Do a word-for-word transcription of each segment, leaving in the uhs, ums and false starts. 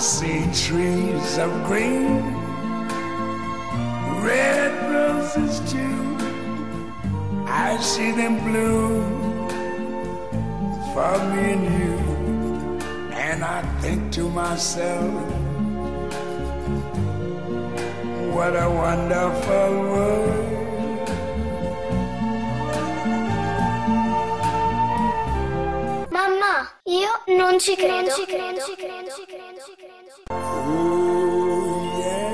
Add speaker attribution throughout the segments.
Speaker 1: see trees of green, red roses too. I see them bloom for me and you. And I think to myself, what a wonderful world.
Speaker 2: Mamma, io non ci credo. Non ci credo. Non ci credo. Non ci credo.
Speaker 1: Ooh, yeah.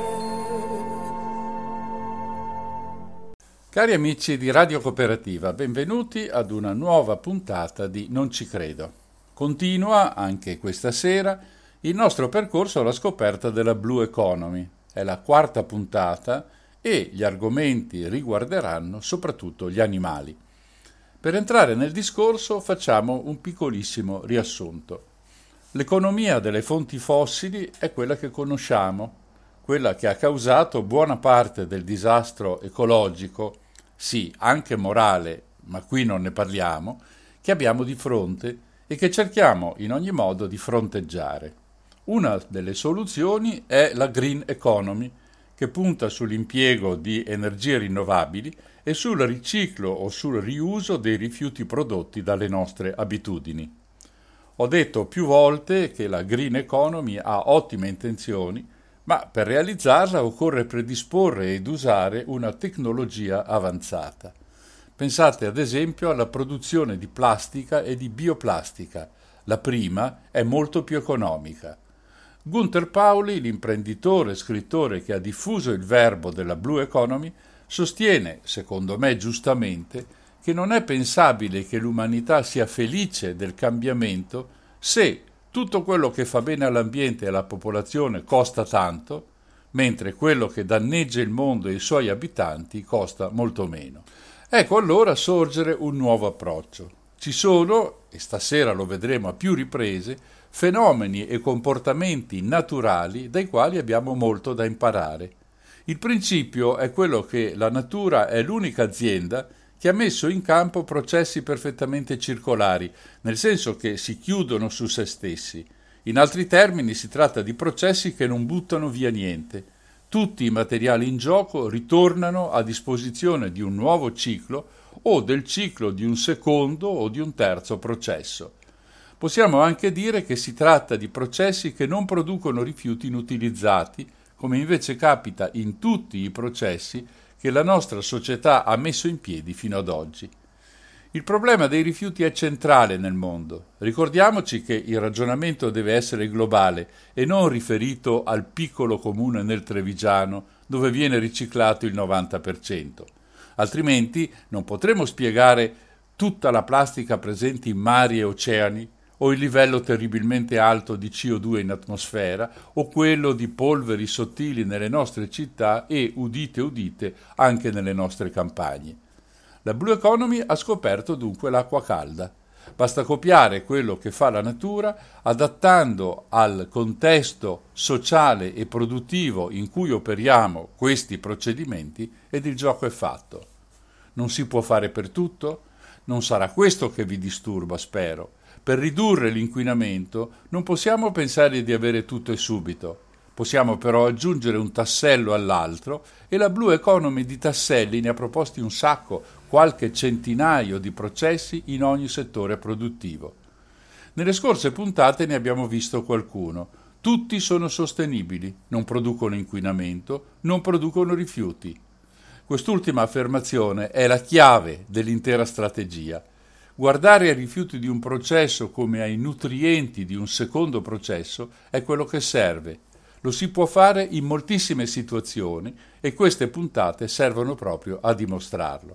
Speaker 3: Cari amici di Radio Cooperativa, benvenuti ad una nuova puntata di Non ci credo. Continua anche questa sera il nostro percorso alla scoperta della Blue Economy. È la quarta puntata e gli argomenti riguarderanno soprattutto gli animali. Per entrare nel discorso facciamo un piccolissimo riassunto. L'economia delle fonti fossili è quella che conosciamo, quella che ha causato buona parte del disastro ecologico, sì, anche morale, ma qui non ne parliamo, che abbiamo di fronte e che cerchiamo in ogni modo di fronteggiare. Una delle soluzioni è la Green Economy, che punta sull'impiego di energie rinnovabili e sul riciclo o sul riuso dei rifiuti prodotti dalle nostre abitudini. Ho detto più volte che la Green Economy ha ottime intenzioni, ma per realizzarla occorre predisporre ed usare una tecnologia avanzata. Pensate ad esempio alla produzione di plastica e di bioplastica. La prima è molto più economica. Gunther Pauli, l'imprenditore e scrittore che ha diffuso il verbo della Blue Economy, sostiene, secondo me giustamente, che non è pensabile che l'umanità sia felice del cambiamento se tutto quello che fa bene all'ambiente e alla popolazione costa tanto, mentre quello che danneggia il mondo e i suoi abitanti costa molto meno. Ecco allora sorgere un nuovo approccio. Ci sono, e stasera lo vedremo a più riprese, fenomeni e comportamenti naturali dai quali abbiamo molto da imparare. Il principio è quello che la natura è l'unica azienda che ha messo in campo processi perfettamente circolari, nel senso che si chiudono su se stessi. In altri termini si tratta di processi che non buttano via niente. Tutti i materiali in gioco ritornano a disposizione di un nuovo ciclo o del ciclo di un secondo o di un terzo processo. Possiamo anche dire che si tratta di processi che non producono rifiuti inutilizzati, come invece capita in tutti i processi che la nostra società ha messo in piedi fino ad oggi. Il problema dei rifiuti è centrale nel mondo. Ricordiamoci che il ragionamento deve essere globale e non riferito al piccolo comune nel Trevigiano, dove viene riciclato il novanta per cento. Altrimenti non potremo spiegare tutta la plastica presente in mari e oceani, o il livello terribilmente alto di C O due in atmosfera, o quello di polveri sottili nelle nostre città e, udite udite, anche nelle nostre campagne. La Blue Economy ha scoperto dunque l'acqua calda. Basta copiare quello che fa la natura, adattando al contesto sociale e produttivo in cui operiamo questi procedimenti, ed il gioco è fatto. Non si può fare per tutto? Non sarà questo che vi disturba, spero. Per ridurre l'inquinamento non possiamo pensare di avere tutto e subito. Possiamo però aggiungere un tassello all'altro e la Blue Economy di tasselli ne ha proposti un sacco, qualche centinaio di processi in ogni settore produttivo. Nelle scorse puntate ne abbiamo visto qualcuno. Tutti sono sostenibili, non producono inquinamento, non producono rifiuti. Quest'ultima affermazione è la chiave dell'intera strategia. Guardare ai rifiuti di un processo come ai nutrienti di un secondo processo è quello che serve. Lo si può fare in moltissime situazioni e queste puntate servono proprio a dimostrarlo.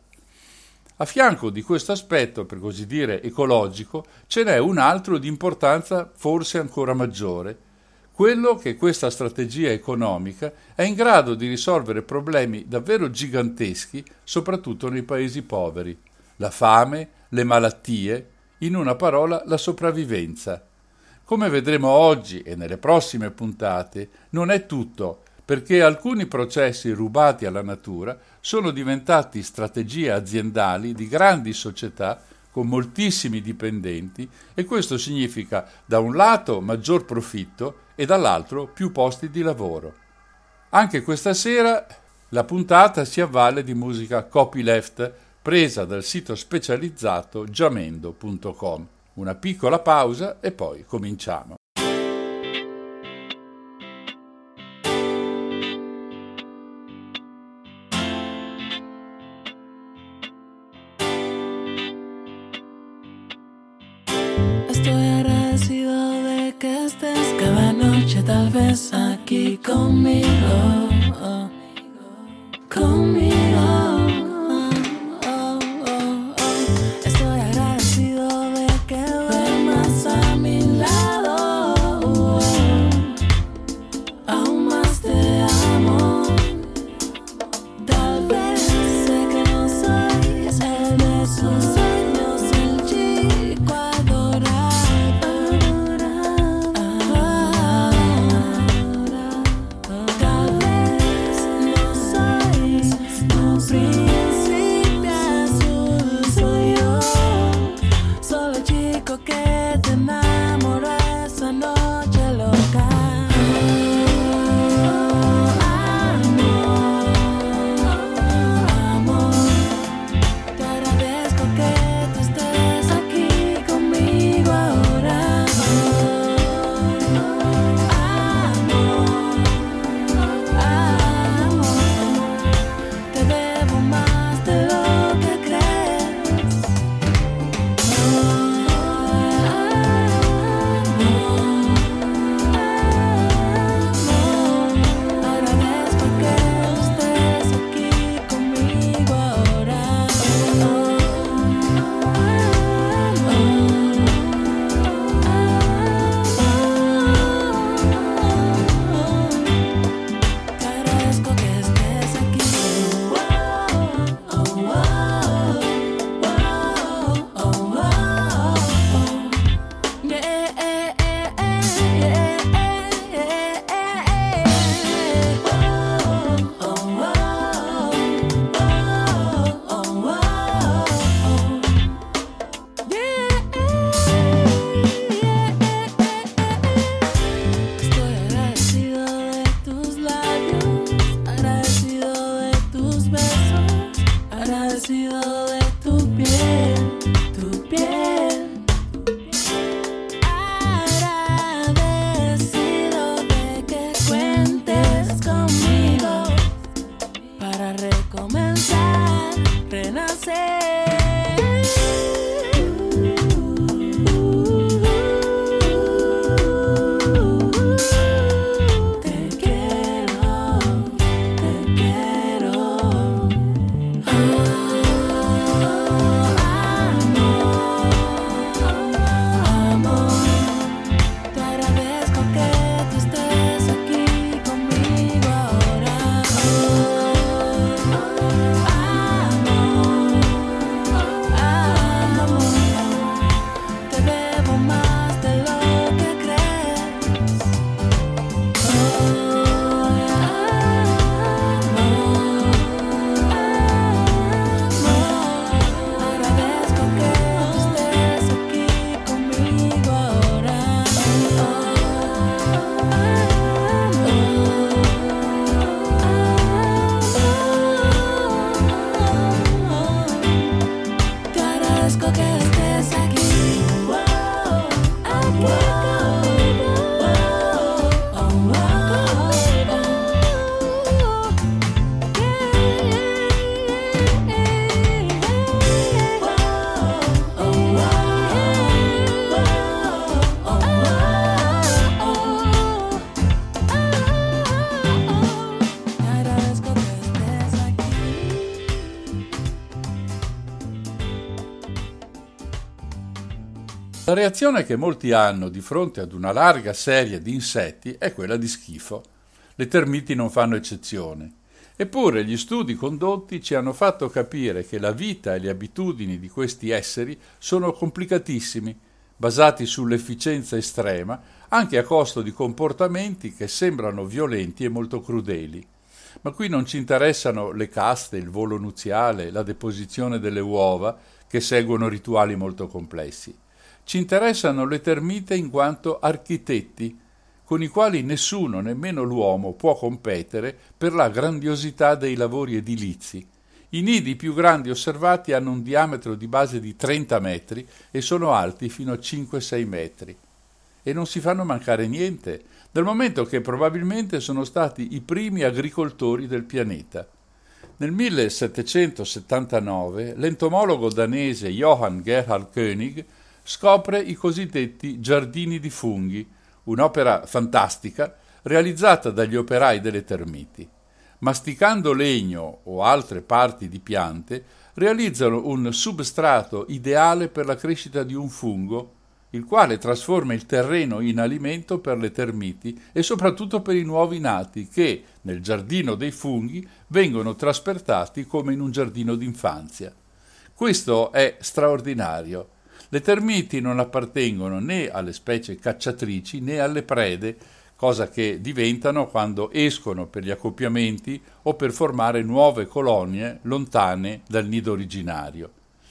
Speaker 3: A fianco di questo aspetto, per così dire, ecologico, ce n'è un altro di importanza forse ancora maggiore, quello che questa strategia economica è in grado di risolvere problemi davvero giganteschi, soprattutto nei paesi poveri. La fame, le malattie, in una parola la sopravvivenza. Come vedremo oggi e nelle prossime puntate, non è tutto, perché alcuni processi rubati alla natura sono diventati strategie aziendali di grandi società con moltissimi dipendenti, e questo significa da un lato maggior profitto e dall'altro più posti di lavoro. Anche questa sera la puntata si avvale di musica copyleft presa dal sito specializzato jamendo punto com. Una piccola pausa e poi cominciamo.
Speaker 4: Estoy agradecido de que estés cada noche tal vez aquí conmigo, oh, conmigo. Oh, oh, oh. Estoy agradecido de que duermas a mi lado, oh, aún más te amo. Tal vez sé que no soy el de esos sueños, el chico adorado. Tal vez no soy tu príncipe azul, soy yo, solo el chico que te enamoró esa noche loca. Amor, amor, te agradezco que tú estés aquí conmigo ahora. Amor, amor, te debo más de lo que crees. Amor, agradezco que tú estés aquí conmigo ahora. Te agradezco que estés aquí. Estoy agradecido de tus labios, agradecido de tus besos, agradecido de tu piel, tu piel. Agradecido de que cuentes conmigo para recomenzar, renacer. Te quiero, te quiero. Amor, te agradezco que tú estés aquí conmigo ahora. Amor, amor, te debo más de lo que crees. Agradezco que tú estés aquí conmigo ahora. Te agradezco que estés aquí, aquí Te agradezco que estés aquí.
Speaker 3: La reazione che molti hanno di fronte ad una larga serie di insetti è quella di schifo. Le termiti non fanno eccezione. Eppure gli studi condotti ci hanno fatto capire che la vita e le abitudini di questi esseri sono complicatissimi, basati sull'efficienza estrema, anche a costo di comportamenti che sembrano violenti e molto crudeli. Ma qui non ci interessano le caste, il volo nuziale, la deposizione delle uova, che seguono rituali molto complessi. Ci interessano le termite in quanto architetti, con i quali nessuno, nemmeno l'uomo, può competere per la grandiosità dei lavori edilizi. I nidi più grandi osservati hanno un diametro di base di trenta metri e sono alti fino a cinque sei metri. E non si fanno mancare niente, dal momento che probabilmente sono stati i primi agricoltori del pianeta. Nel millesettecentosettantanove l'entomologo danese Johann Gerhard König scopre i cosiddetti giardini di funghi, un'opera fantastica realizzata dagli operai delle termiti. Masticando legno o altre parti di piante, realizzano un substrato ideale per la crescita di un fungo, il quale trasforma il terreno in alimento per le termiti e soprattutto per i nuovi nati che, nel giardino dei funghi, vengono traspertati come in un giardino d'infanzia. Questo è straordinario. Le termiti non appartengono né alle specie cacciatrici né alle prede, cosa che diventano quando escono per gli accoppiamenti o per formare nuove colonie lontane dal nido originario.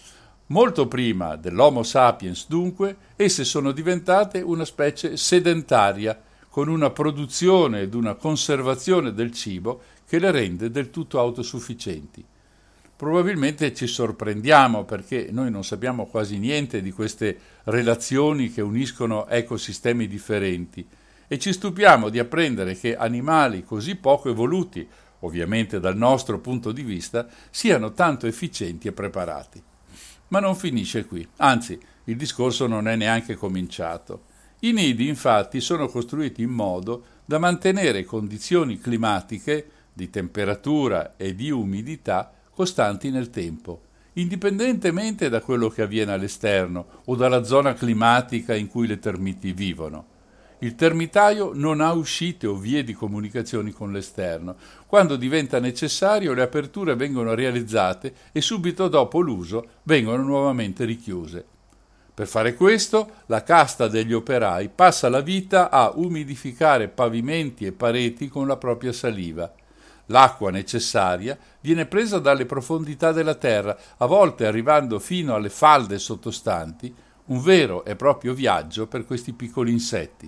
Speaker 3: Molto prima dell'Homo sapiens, dunque, esse sono diventate una specie sedentaria, con una produzione ed una conservazione del cibo che le rende del tutto autosufficienti. Probabilmente ci sorprendiamo perché noi non sappiamo quasi niente di queste relazioni che uniscono ecosistemi differenti e ci stupiamo di apprendere che animali così poco evoluti, ovviamente dal nostro punto di vista, siano tanto efficienti e preparati. Ma non finisce qui, anzi, il discorso non è neanche cominciato. I nidi, infatti, sono costruiti in modo da mantenere condizioni climatiche di temperatura e di umidità costanti nel tempo, indipendentemente da quello che avviene all'esterno o dalla zona climatica in cui le termiti vivono. Il termitaio non ha uscite o vie di comunicazioni con l'esterno. Quando diventa necessario, le aperture vengono realizzate e subito dopo l'uso vengono nuovamente richiuse. Per fare questo, la casta degli operai passa la vita a umidificare pavimenti e pareti con la propria saliva. L'acqua necessaria viene presa dalle profondità della terra, a volte arrivando fino alle falde sottostanti, un vero e proprio viaggio per questi piccoli insetti.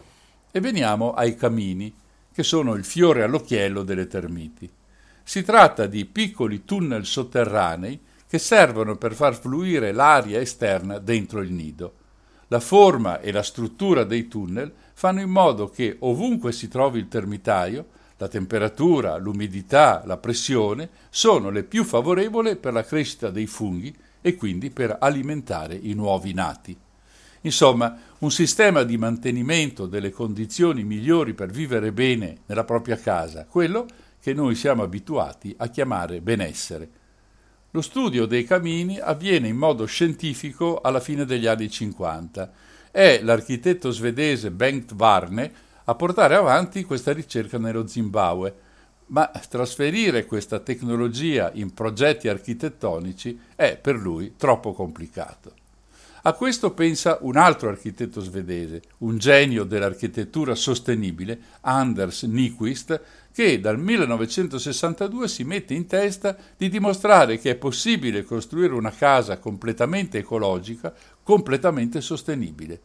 Speaker 3: E veniamo ai camini, che sono il fiore all'occhiello delle termiti. Si tratta di piccoli tunnel sotterranei che servono per far fluire l'aria esterna dentro il nido. La forma e la struttura dei tunnel fanno in modo che ovunque si trovi il termitaio, la temperatura, l'umidità, la pressione sono le più favorevoli per la crescita dei funghi e quindi per alimentare i nuovi nati. Insomma, un sistema di mantenimento delle condizioni migliori per vivere bene nella propria casa, quello che noi siamo abituati a chiamare benessere. Lo studio dei camini avviene in modo scientifico alla fine degli anni cinquanta. È l'architetto svedese Bengt Varne a portare avanti questa ricerca nello Zimbabwe, ma trasferire questa tecnologia in progetti architettonici è per lui troppo complicato. A questo pensa un altro architetto svedese, un genio dell'architettura sostenibile, Anders Nyquist, che dal millenovecentosessantadue si mette in testa di dimostrare che è possibile costruire una casa completamente ecologica, completamente sostenibile.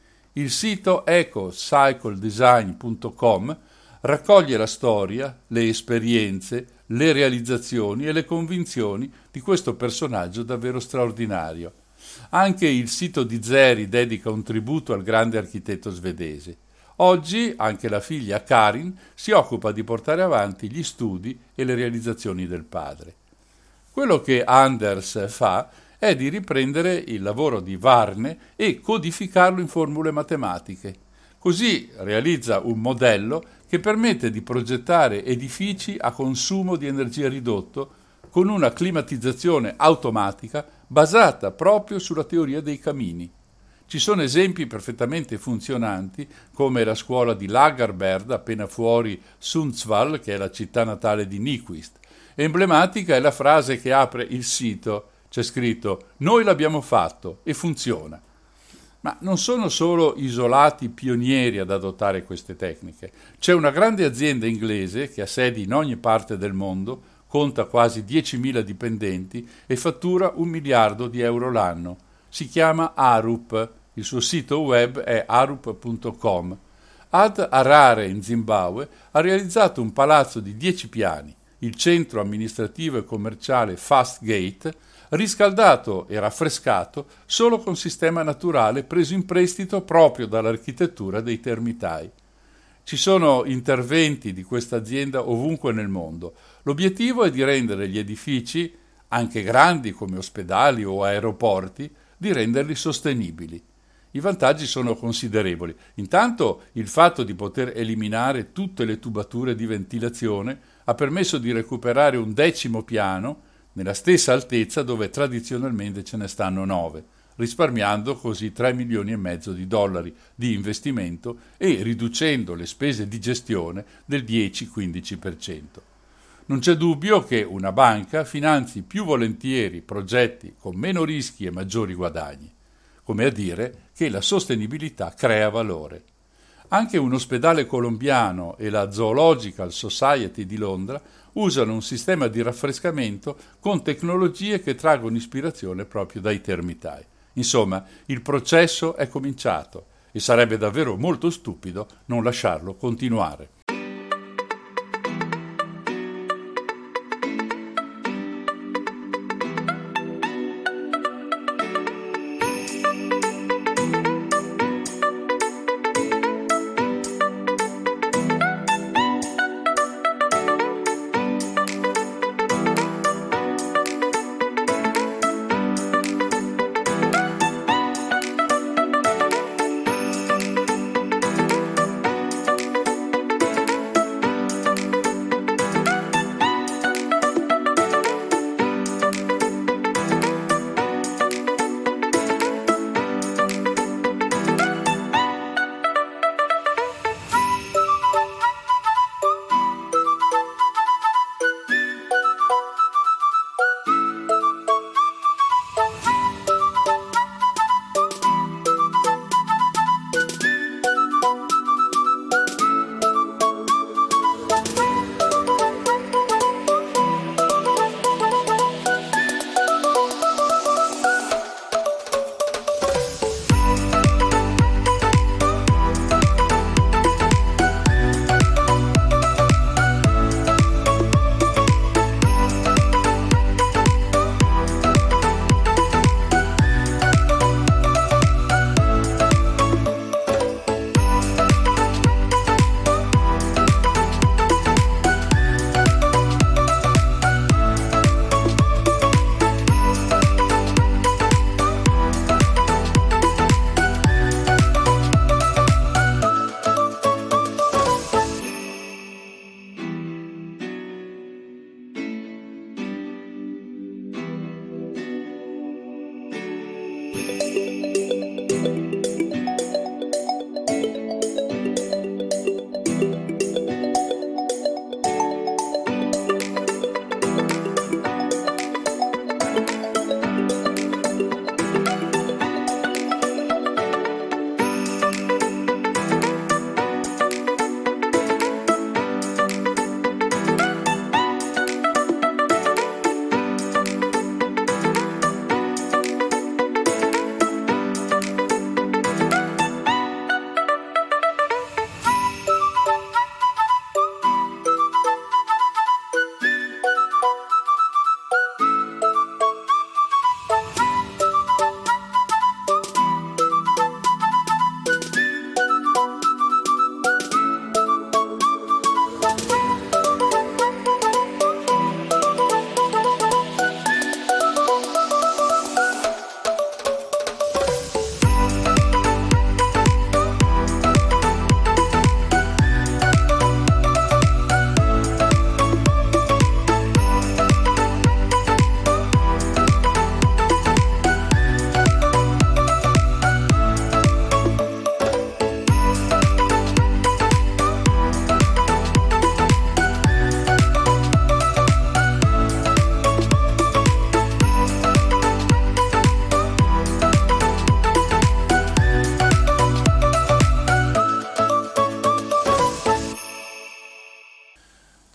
Speaker 3: Il sito eco cycle design punto com raccoglie la storia, le esperienze, le realizzazioni e le convinzioni di questo personaggio davvero straordinario. Anche il sito di Zeri dedica un tributo al grande architetto svedese. Oggi anche la figlia Karin si occupa di portare avanti gli studi e le realizzazioni del padre. Quello che Anders fa è di riprendere il lavoro di Varne e codificarlo in formule matematiche. Così realizza un modello che permette di progettare edifici a consumo di energia ridotto con una climatizzazione automatica basata proprio sulla teoria dei camini. Ci sono esempi perfettamente funzionanti, come la scuola di Lagerberg, appena fuori Sundsvall, che è la città natale di Nyquist. Emblematica è la frase che apre il sito, c'è scritto «Noi l'abbiamo fatto e funziona». Ma non sono solo isolati pionieri ad adottare queste tecniche. C'è una grande azienda inglese che ha sedi in ogni parte del mondo, conta quasi diecimila dipendenti e fattura un miliardo di euro l'anno. Si chiama Arup, il suo sito web è arup punto com. Ad Harare, in Zimbabwe, ha realizzato un palazzo di dieci piani, il centro amministrativo e commerciale Fastgate, riscaldato e raffrescato solo con sistema naturale preso in prestito proprio dall'architettura dei termitai. Ci sono interventi di questa azienda ovunque nel mondo. L'obiettivo è di rendere gli edifici, anche grandi come ospedali o aeroporti, di renderli sostenibili. I vantaggi sono considerevoli. Intanto il fatto di poter eliminare tutte le tubature di ventilazione ha permesso di recuperare un decimo piano nella stessa altezza dove tradizionalmente ce ne stanno nove, risparmiando così tre milioni e mezzo di dollari di investimento e riducendo le spese di gestione del dieci-quindici per cento. Non c'è dubbio che una banca finanzi più volentieri progetti con meno rischi e maggiori guadagni, come a dire che la sostenibilità crea valore. Anche un ospedale colombiano e la Zoological Society di Londra usano un sistema di raffrescamento con tecnologie che traggono ispirazione proprio dai termitai. Insomma, il processo è cominciato e sarebbe davvero molto stupido non lasciarlo continuare.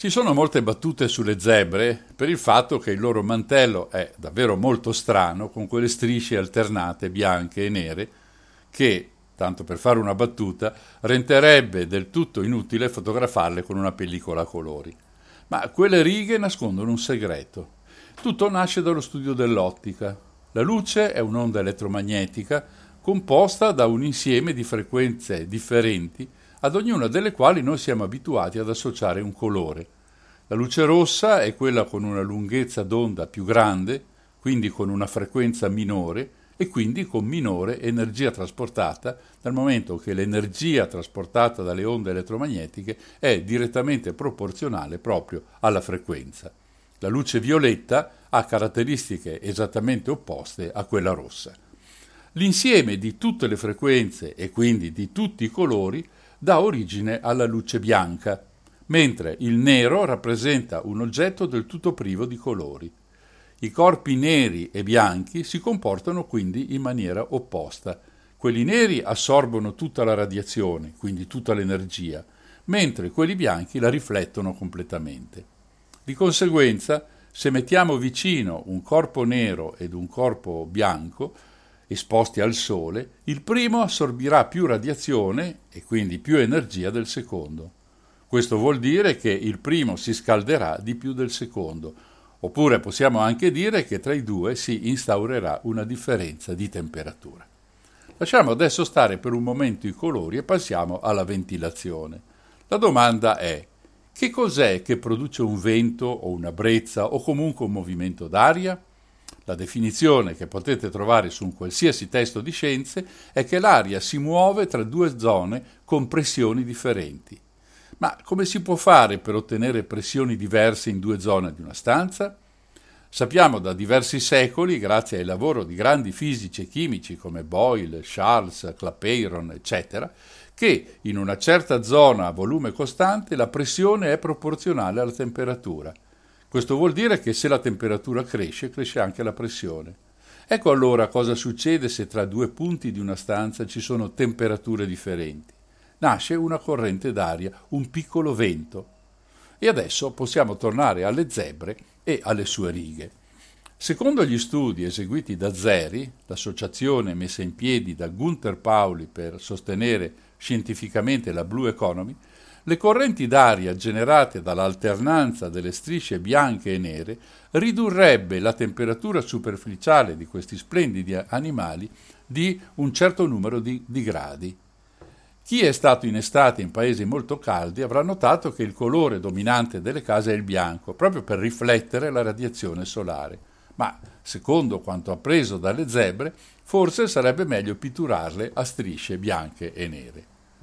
Speaker 3: Ci sono molte battute sulle zebre per il fatto che il loro mantello è davvero molto strano, con quelle strisce alternate bianche e nere che, tanto per fare una battuta, renderebbe del tutto inutile fotografarle con una pellicola a colori. Ma quelle righe nascondono un segreto. Tutto nasce dallo studio dell'ottica. La luce è un'onda elettromagnetica composta da un insieme di frequenze differenti, ad ognuna delle quali noi siamo abituati ad associare un colore. La luce rossa è quella con una lunghezza d'onda più grande, quindi con una frequenza minore e quindi con minore energia trasportata, dal momento che l'energia trasportata dalle onde elettromagnetiche è direttamente proporzionale proprio alla frequenza. La luce violetta ha caratteristiche esattamente opposte a quella rossa. L'insieme di tutte le frequenze e quindi di tutti i colori dà origine alla luce bianca, mentre il nero rappresenta un oggetto del tutto privo di colori. I corpi neri e bianchi si comportano quindi in maniera opposta. Quelli neri assorbono tutta la radiazione, quindi tutta l'energia, mentre quelli bianchi la riflettono completamente. Di conseguenza, se mettiamo vicino un corpo nero ed un corpo bianco, esposti al sole, il primo assorbirà più radiazione e quindi più energia del secondo. Questo vuol dire che il primo si scalderà di più del secondo, oppure possiamo anche dire che tra i due si instaurerà una differenza di temperatura. Lasciamo adesso stare per un momento i colori e passiamo alla ventilazione. La domanda è: che cos'è che produce un vento o una brezza o comunque un movimento d'aria? La definizione che potete trovare su un qualsiasi testo di scienze è che l'aria si muove tra due zone con pressioni differenti. Ma come si può fare per ottenere pressioni diverse in due zone di una stanza? Sappiamo da diversi secoli, grazie al lavoro di grandi fisici e chimici come Boyle, Charles, Clapeyron, eccetera, che in una certa zona a volume costante la pressione è proporzionale alla temperatura. Questo vuol dire che se la temperatura cresce, cresce anche la pressione. Ecco allora cosa succede se tra due punti di una stanza ci sono temperature differenti. Nasce una corrente d'aria, un piccolo vento. E adesso possiamo tornare alle zebre e alle sue righe. Secondo gli studi eseguiti da ZERI, l'associazione messa in piedi da Gunther Pauli per sostenere scientificamente la Blue Economy, le correnti d'aria generate dall'alternanza delle strisce bianche e nere ridurrebbe la temperatura superficiale di questi splendidi animali di un certo numero di, di gradi. Chi è stato in estate in paesi molto caldi avrà notato che il colore dominante delle case è il bianco, proprio per riflettere la radiazione solare. Ma, secondo quanto appreso dalle zebre, forse sarebbe meglio pitturarle a strisce bianche e nere.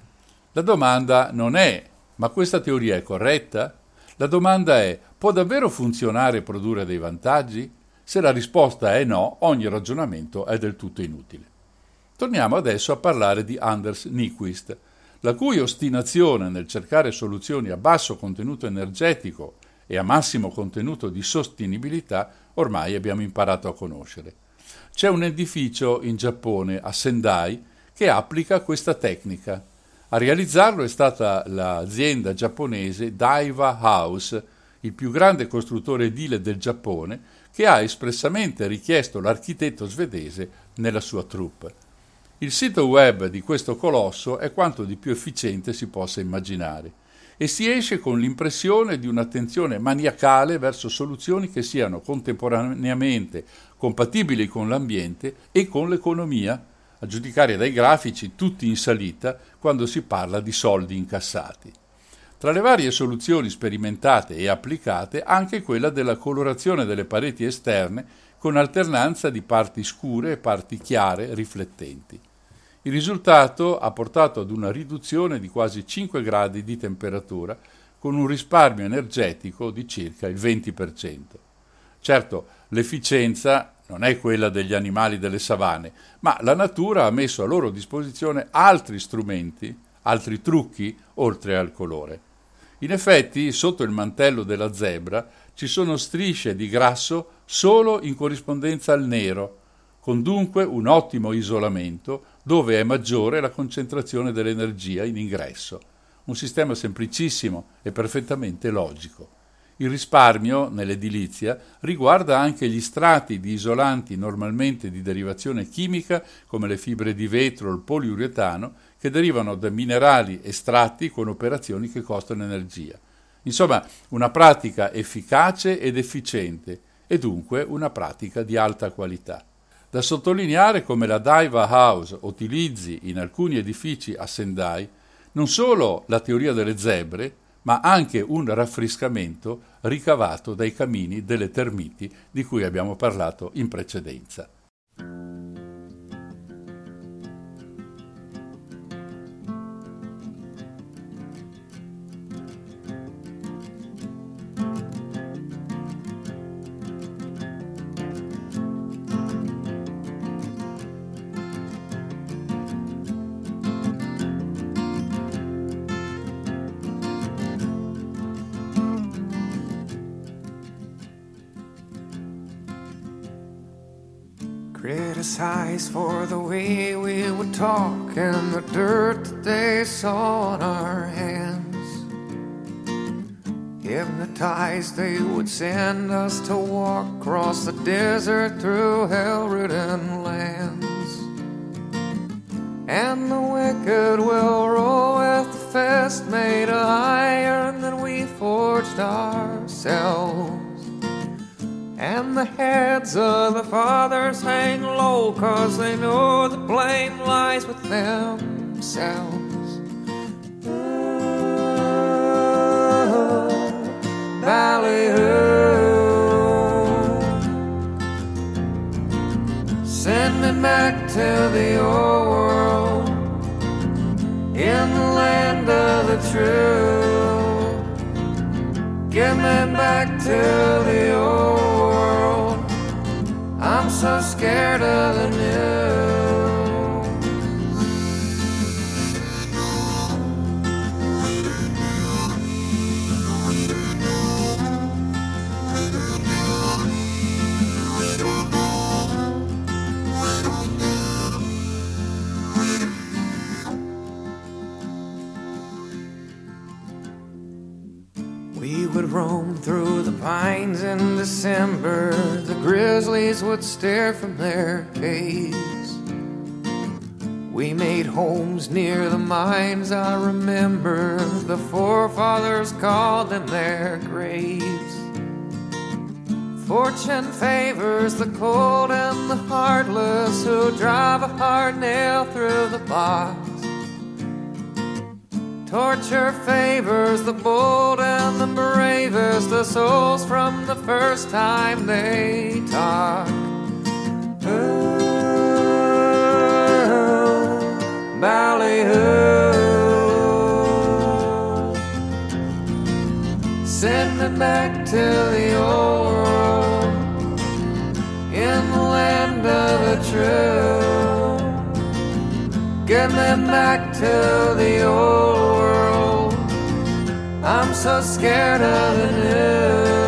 Speaker 3: La domanda non è: ma questa teoria è corretta? La domanda è: può davvero funzionare e produrre dei vantaggi? Se la risposta è no, ogni ragionamento è del tutto inutile. Torniamo adesso a parlare di Anders Nyquist, la cui ostinazione nel cercare soluzioni a basso contenuto energetico e a massimo contenuto di sostenibilità ormai abbiamo imparato a conoscere. C'è un edificio in Giappone, a Sendai, che applica questa tecnica. A realizzarlo è stata l'azienda giapponese Daiwa House, il più grande costruttore edile del Giappone, che ha espressamente richiesto l'architetto svedese nella sua troupe. Il sito web di questo colosso è quanto di più efficiente si possa immaginare e si esce con l'impressione di un'attenzione maniacale verso soluzioni che siano contemporaneamente compatibili con l'ambiente e con l'economia, a giudicare dai grafici tutti in salita quando si parla di soldi incassati. Tra le varie soluzioni sperimentate e applicate, anche quella della colorazione delle pareti esterne con alternanza di parti scure e parti chiare riflettenti. Il risultato ha portato ad una riduzione di quasi cinque gradi di temperatura, con un risparmio energetico di circa il venti per cento. Certo, l'efficienza non è quella degli animali delle savane, ma la natura ha messo a loro disposizione altri strumenti, altri trucchi, oltre al colore. In effetti, sotto il mantello della zebra ci sono strisce di grasso solo in corrispondenza al nero, con dunque un ottimo isolamento dove è maggiore la concentrazione dell'energia in ingresso. un sistema semplicissimo e perfettamente logico. Il risparmio nell'edilizia riguarda anche gli strati di isolanti normalmente di derivazione chimica come le fibre di vetro o il poliuretano che derivano da minerali estratti con operazioni che costano energia. Insomma, una pratica efficace ed efficiente e dunque una pratica di alta qualità. Da sottolineare come la Daiwa House utilizzi in alcuni edifici a Sendai non solo la teoria delle zebre, ma anche un raffrescamento ricavato dai camini delle termiti di cui abbiamo parlato in precedenza.
Speaker 5: Criticized for the way we would talk and the dirt that they saw on our hands. Hypnotized, they would send us to walk across the desert through hell-ridden lands. And the wicked will roll with the fist made of iron that we forged ourselves. And the heads of the fathers hang low, 'cause they know the blame lies with themselves. Oh, ballyhoo, send me back to the old world, in the land of the true. Get me back to the old world, I'm so scared of the new. We would roam through the pines in December. The grizzlies would stare from their caves. We made homes near the mines, I remember. The forefathers called them their graves. Fortune favors the cold and the heartless, who drive a hard nail through the box. Torture favors the bold and the bravest, the souls from the first time they talk. Ooh, ballyhoo, send me back to the old world, in the land of the true. Get me back to the old world, I'm so scared of the new.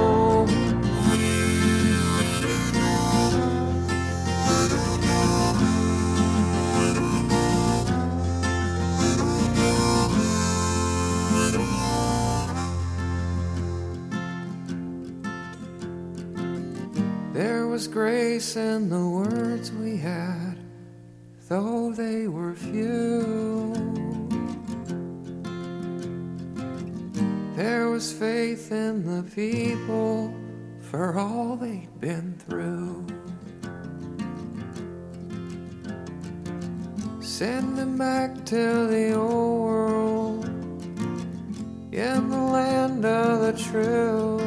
Speaker 5: There was grace in the words we had, though they were few. There was faith in the people for all they'd been through. Send them back to the old world, in the land of the true.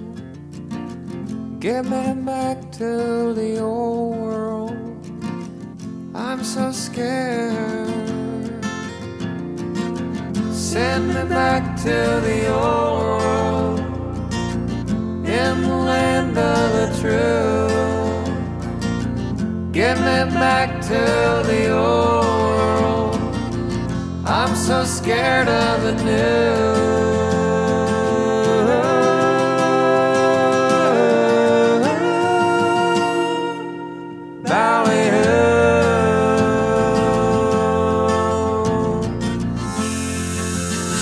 Speaker 5: Get me back to the old world, I'm so scared. Send me back to the old world, in the land of the true. Get me back to the old world, I'm so scared of the new. Ballyhoo.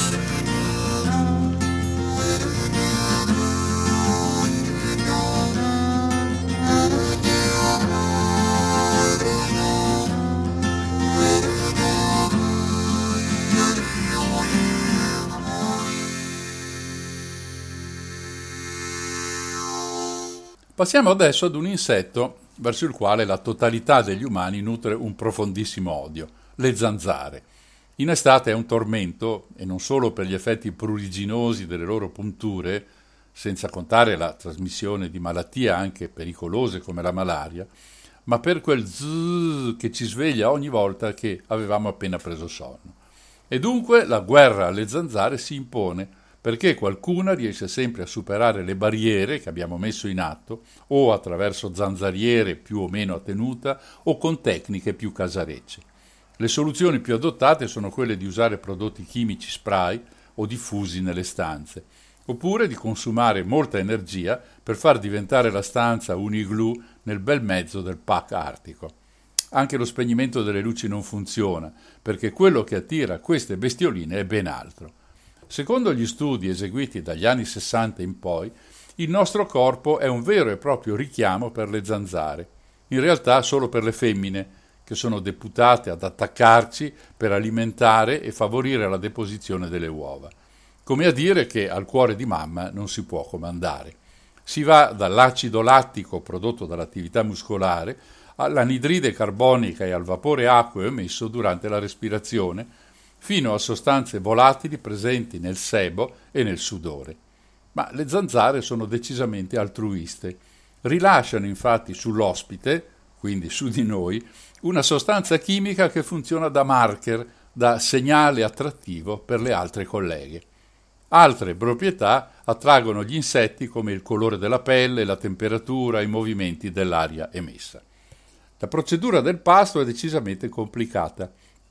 Speaker 3: Passiamo adesso ad un insetto verso il quale la totalità degli umani nutre un profondissimo odio, le zanzare. In estate è un tormento, e non solo per gli effetti pruriginosi delle loro punture, senza contare la trasmissione di malattie anche pericolose come la malaria, ma per quel zzzz che ci sveglia ogni volta che avevamo appena preso sonno. E dunque la guerra alle zanzare si impone, perché qualcuna riesce sempre a superare le barriere che abbiamo messo in atto, o attraverso zanzariere più o meno a tenuta, o con tecniche più casarecce. Le soluzioni più adottate sono quelle di usare prodotti chimici spray o diffusi nelle stanze, oppure di consumare molta energia per far diventare la stanza un igloo nel bel mezzo del pack artico. Anche lo spegnimento delle luci non funziona, perché quello che attira queste bestioline è ben altro. Secondo gli studi eseguiti dagli anni sessanta in poi, il nostro corpo è un vero e proprio richiamo per le zanzare, in realtà solo per le femmine, che sono deputate ad attaccarci per alimentare e favorire la deposizione delle uova. Come a dire che al cuore di mamma non si può comandare. Si va dall'acido lattico prodotto dall'attività muscolare all'anidride carbonica e al vapore acqueo emesso durante la respirazione, fino a sostanze volatili presenti nel sebo e nel sudore. Ma le zanzare sono decisamente altruiste. Rilasciano infatti sull'ospite, quindi su di noi, una sostanza chimica che funziona da marker, da segnale attrattivo per le altre colleghe. Altre proprietà attraggono gli insetti come il colore della pelle, la temperatura, i movimenti dell'aria emessa. La procedura del pasto è decisamente complicata.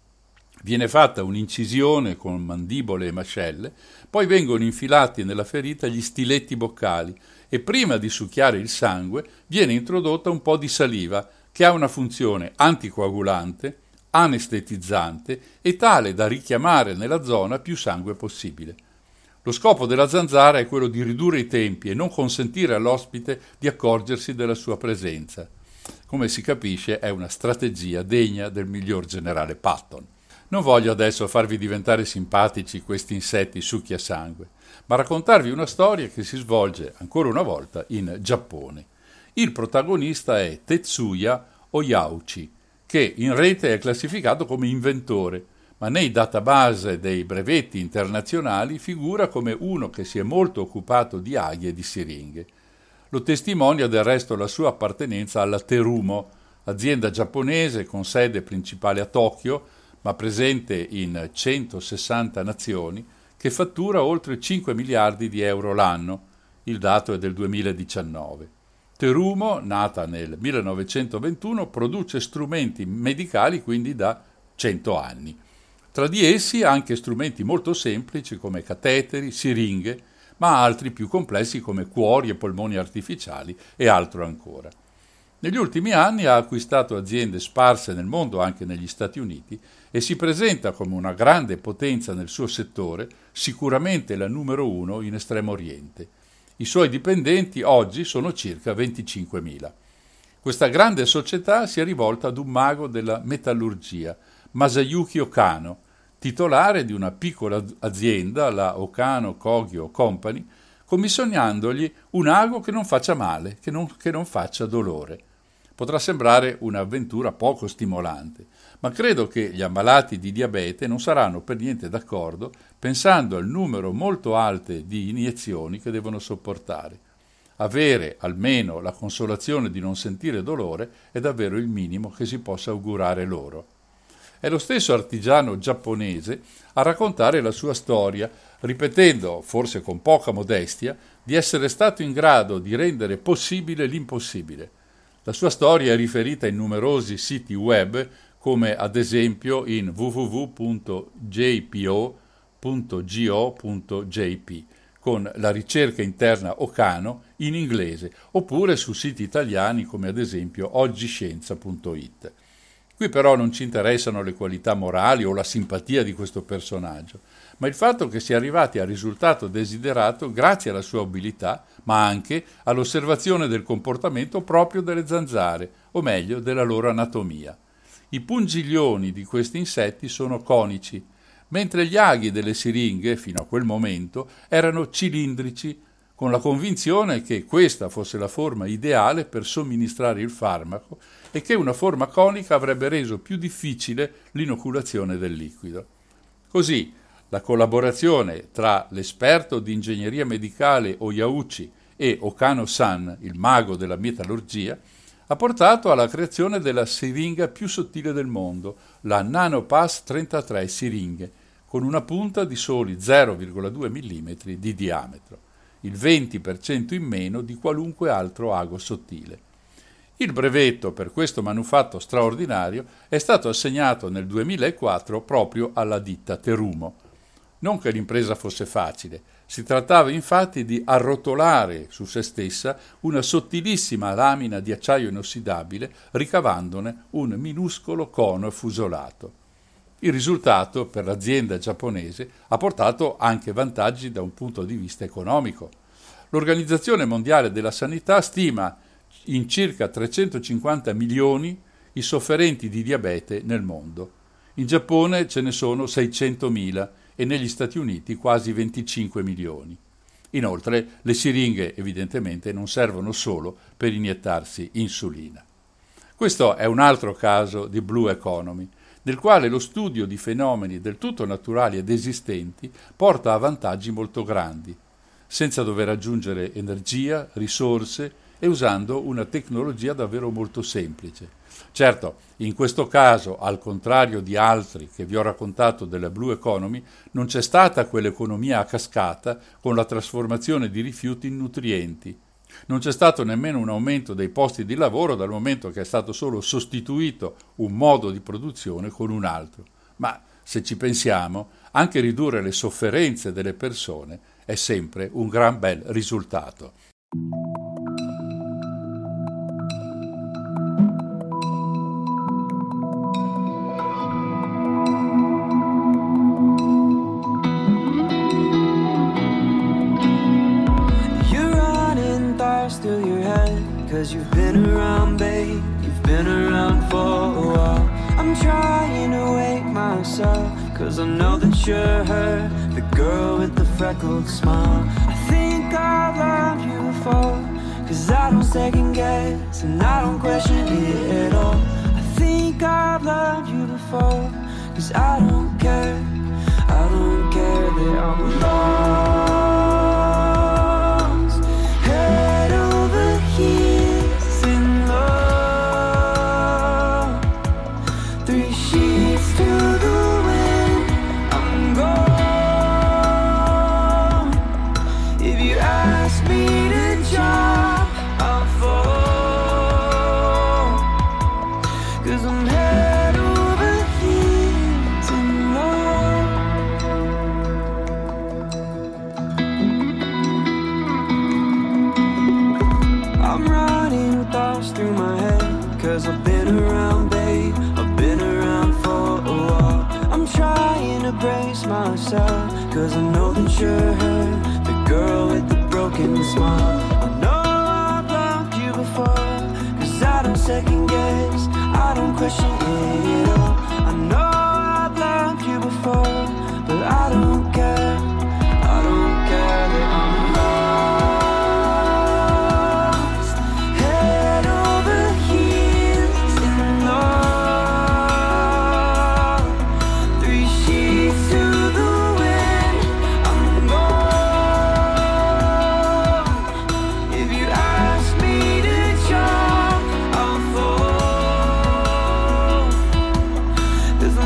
Speaker 3: Viene fatta un'incisione con mandibole e mascelle, poi vengono infilati nella ferita gli stiletti boccali e prima di succhiare il sangue viene introdotta un po' di saliva che ha una funzione anticoagulante, anestetizzante e tale da richiamare nella zona più sangue possibile. Lo scopo della zanzara è quello di ridurre i tempi e non consentire all'ospite di accorgersi della sua presenza. Come si capisce, è una strategia degna del miglior generale Patton. Non voglio adesso farvi diventare simpatici questi insetti succhiasangue, ma raccontarvi una storia che si svolge ancora una volta in Giappone. Il protagonista è Tetsuya Oyauchi, che in rete è classificato come inventore, ma nei database dei brevetti internazionali figura come uno che si è molto occupato di aghi e di siringhe. Lo testimonia del resto la sua appartenenza alla Terumo, azienda giapponese con sede principale a Tokyo, ma presente in centosessanta nazioni, che fattura oltre cinque miliardi di euro l'anno. Il dato è del duemiladiciannove. Terumo, nata nel millenovecentoventuno, produce strumenti medicali quindi da cento anni. Tra di essi anche strumenti molto semplici come cateteri, siringhe, ma altri più complessi come cuori e polmoni artificiali e altro ancora. Negli ultimi anni ha acquistato aziende sparse nel mondo, anche negli Stati Uniti, e si presenta come una grande potenza nel suo settore, sicuramente la numero uno in Estremo Oriente. I suoi dipendenti oggi sono circa venticinquemila. Questa grande società si è rivolta ad un mago della metallurgia, Masayuki Okano, titolare di una piccola azienda, la Okano Kogyo Company, commissionandogli un ago che non faccia male, che non, che non faccia dolore. Potrà sembrare un'avventura poco stimolante, ma credo che gli ammalati di diabete non saranno per niente d'accordo pensando al numero molto alto di iniezioni che devono sopportare. Avere almeno la consolazione di non sentire dolore è davvero il minimo che si possa augurare loro. È lo stesso artigiano giapponese a raccontare la sua storia, ripetendo, forse con poca modestia, di essere stato in grado di rendere possibile l'impossibile. La sua storia è riferita in numerosi siti web, come ad esempio in w w w punto j p o punto go punto j p, con la ricerca interna Okano in inglese, oppure su siti italiani come ad esempio oggiscienza punto it. Qui però non ci interessano le qualità morali o la simpatia di questo personaggio, ma il fatto che sia arrivati al risultato desiderato grazie alla sua abilità, ma anche all'osservazione del comportamento proprio delle zanzare, o meglio della loro anatomia. I pungiglioni di questi insetti sono conici, mentre gli aghi delle siringhe, fino a quel momento, erano cilindrici, con la convinzione che questa fosse la forma ideale per somministrare il farmaco e che una forma conica avrebbe reso più difficile l'inoculazione del liquido. Così, la collaborazione tra l'esperto di ingegneria medicale Oyauchi e Okano-san, il mago della metallurgia, ha portato alla creazione della siringa più sottile del mondo, la Nanopass trentatré siringhe, con una punta di soli zero virgola due millimetri di diametro, il venti per cento in meno di qualunque altro ago sottile. Il brevetto per questo manufatto straordinario è stato assegnato nel duemilaquattro proprio alla ditta Terumo. Non che l'impresa fosse facile, si trattava infatti di arrotolare su se stessa una sottilissima lamina di acciaio inossidabile, ricavandone un minuscolo cono fusolato. Il risultato per l'azienda giapponese ha portato anche vantaggi da un punto di vista economico. L'Organizzazione Mondiale della Sanità stima in circa trecentocinquanta milioni i sofferenti di diabete nel mondo. In Giappone ce ne sono seicentomila e negli Stati Uniti quasi venticinque milioni. Inoltre le siringhe evidentemente non servono solo per iniettarsi insulina. Questo è un altro caso di Blue Economy, nel quale lo studio di fenomeni del tutto naturali ed esistenti porta a vantaggi molto grandi, senza dover aggiungere energia, risorse e usando una tecnologia davvero molto semplice. Certo, in questo caso, al contrario di altri che vi ho raccontato della Blue Economy, non c'è stata quell'economia a cascata con la trasformazione di rifiuti in nutrienti. Non c'è stato nemmeno un aumento dei posti di lavoro dal momento che è stato solo sostituito un modo di produzione con un altro. Ma se ci pensiamo, anche ridurre le sofferenze delle persone è sempre un gran bel risultato.
Speaker 6: Through your head, cause you've been around, babe, you've been around for a while. I'm trying to wake myself, cause I know that you're her, the girl with the freckled smile. I think I've loved you before, cause I don't second guess and I don't question it at all. I think I've loved you before, cause I don't care, I don't care that I'm lost. He's in love. Three sheets to the wind, I'm gone. If you ask me to jump, I'll fall. Cause I'm head over heels in love. I'm running with thoughts through my head, cause I've been around, babe, I've been around for a while. I'm trying to brace myself, cause I know that you're her, the girl with the broken smile. I know I've loved you before, cause I don't second guess, I don't question it at all. I know I've loved you before, but I don't care, I don't care that I'm lost. Cause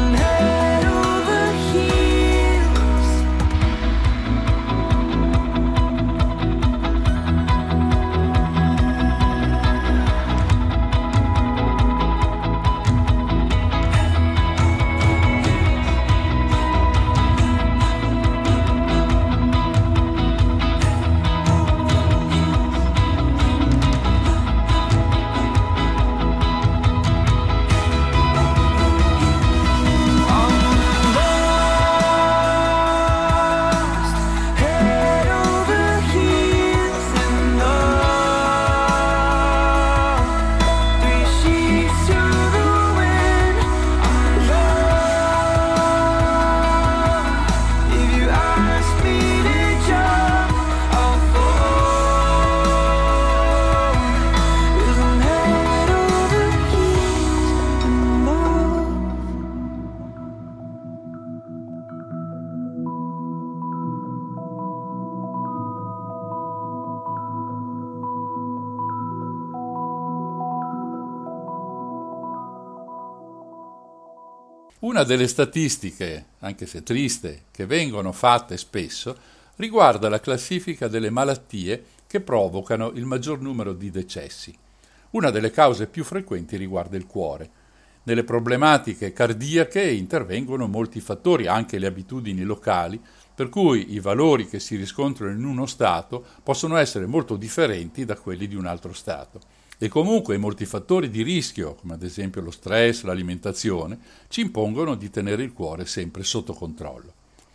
Speaker 3: Una delle statistiche, anche se triste, che vengono fatte spesso, riguarda la classifica delle malattie che provocano il maggior numero di decessi. Una delle cause più frequenti riguarda il cuore. Nelle problematiche cardiache intervengono molti fattori, anche le abitudini locali, per cui i valori che si riscontrano in uno Stato possono essere molto differenti da quelli di un altro Stato. E comunque molti fattori di rischio, come ad esempio lo stress, l'alimentazione, ci impongono di tenere il cuore sempre sotto controllo.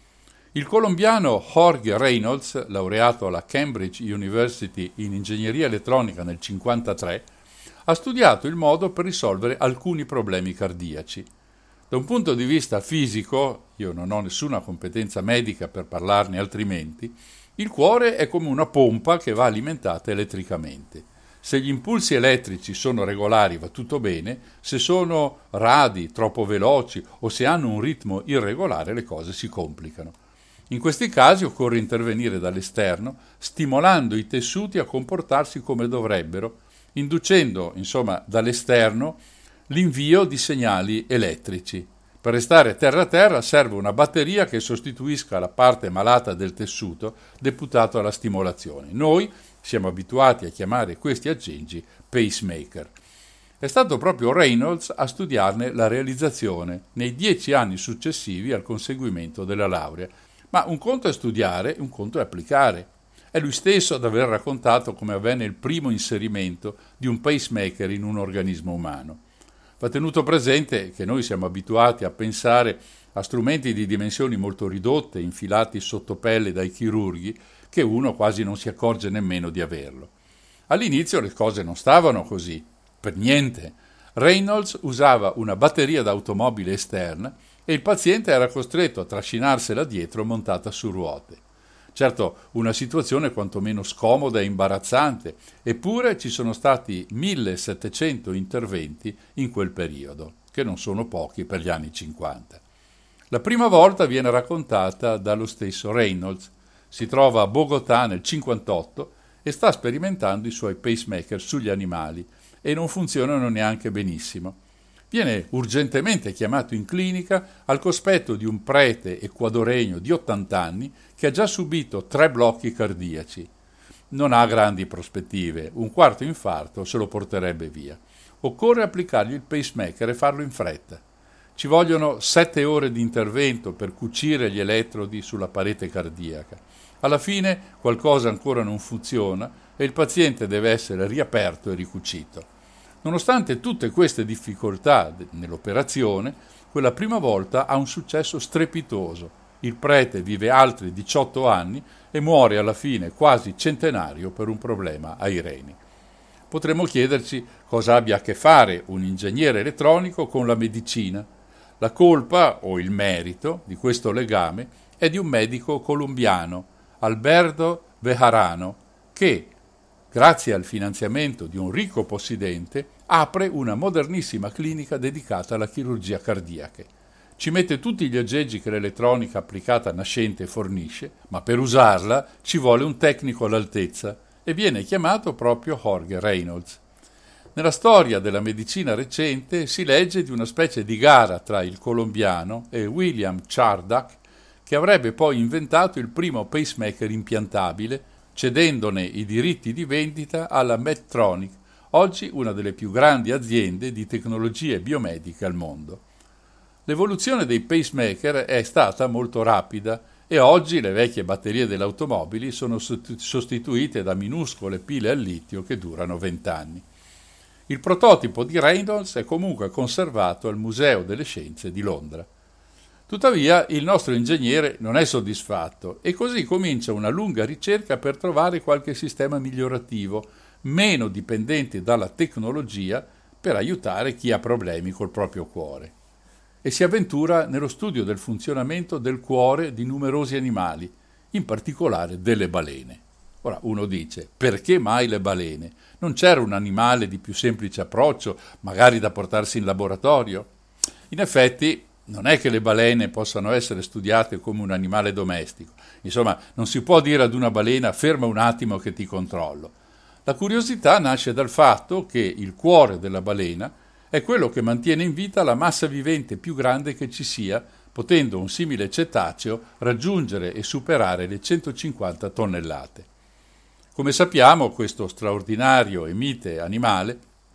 Speaker 3: Il colombiano Jorge Reynolds, laureato alla Cambridge University in ingegneria elettronica nel cinquantatré, ha studiato il modo per risolvere alcuni problemi cardiaci. Da un punto di vista fisico, io non ho nessuna competenza medica per parlarne altrimenti, il cuore è come una pompa che va alimentata elettricamente. Se gli impulsi elettrici sono regolari va tutto bene, se sono radi, troppo veloci o se hanno un ritmo irregolare le cose si complicano. In questi casi occorre intervenire dall'esterno, stimolando i tessuti a comportarsi come dovrebbero, inducendo, insomma, dall'esterno l'invio di segnali elettrici. Per restare terra a terra serve una batteria che sostituisca la parte malata del tessuto deputato alla stimolazione. Noi siamo abituati a chiamare questi aggeggi pacemaker. È stato proprio Reynolds a studiarne la realizzazione nei dieci anni successivi al conseguimento della laurea. Ma un conto è studiare, un conto è applicare. È lui stesso ad aver raccontato come avvenne il primo inserimento di un pacemaker in un organismo umano. Va tenuto presente che noi siamo abituati a pensare a strumenti di dimensioni molto ridotte, infilati sotto pelle dai chirurghi, che uno quasi non si accorge nemmeno di averlo. All'inizio le cose non stavano così, per niente. Reynolds usava una batteria d'automobile esterna e il paziente era costretto a trascinarsela dietro montata su ruote. Certo, una situazione quantomeno scomoda e imbarazzante, eppure ci sono stati millesettecento interventi in quel periodo, che non sono pochi per gli anni cinquanta. La prima volta viene raccontata dallo stesso Reynolds. Si trova a Bogotà nel cinquantotto e sta sperimentando i suoi pacemaker sugli animali e non funzionano neanche benissimo. Viene urgentemente chiamato in clinica al cospetto di un prete ecuadoregno di ottanta anni che ha già subito tre blocchi cardiaci. Non ha grandi prospettive, un quarto infarto se lo porterebbe via. Occorre applicargli il pacemaker e farlo in fretta. Ci vogliono sette ore di intervento per cucire gli elettrodi sulla parete cardiaca. Alla fine qualcosa ancora non funziona e il paziente deve essere riaperto e ricucito. Nonostante tutte queste difficoltà nell'operazione, quella prima volta ha un successo strepitoso. Il prete vive altri diciotto anni e muore alla fine quasi centenario per un problema ai reni. Potremmo chiederci cosa abbia a che fare un ingegnere elettronico con la medicina. La colpa o il merito di questo legame è di un medico colombiano, Alberto Bejarano, che, grazie al finanziamento di un ricco possidente, apre una modernissima clinica dedicata alla chirurgia cardiaca. Ci mette tutti gli aggeggi che l'elettronica applicata nascente fornisce, ma per usarla ci vuole un tecnico all'altezza e viene chiamato proprio Jorge Reynolds. Nella storia della medicina recente si legge di una specie di gara tra il colombiano e William Chardach, che avrebbe poi inventato il primo pacemaker impiantabile, cedendone i diritti di vendita alla Medtronic, oggi una delle più grandi aziende di tecnologie biomediche al mondo. L'evoluzione dei pacemaker è stata molto rapida e oggi le vecchie batterie delle automobili sono sostituite da minuscole pile al litio che durano vent'anni. Il prototipo di Reynolds è comunque conservato al Museo delle Scienze di Londra. Tuttavia il nostro ingegnere non è soddisfatto e così comincia una lunga ricerca per trovare qualche sistema migliorativo, meno dipendente dalla tecnologia, per aiutare chi ha problemi col proprio cuore. E si avventura nello studio del funzionamento del cuore di numerosi animali, in particolare delle balene. Ora uno dice, perché mai le balene? Non c'era un animale di più semplice approccio, magari da portarsi in laboratorio? In effetti, non è che le balene possano essere studiate come un animale domestico. Insomma, non si può dire ad una balena ferma un attimo che ti controllo. La curiosità nasce dal fatto che il cuore della balena è quello che mantiene in vita la massa vivente più grande che ci sia, potendo un simile cetaceo raggiungere e superare le centocinquanta tonnellate. Come sappiamo, questo straordinario e mite animale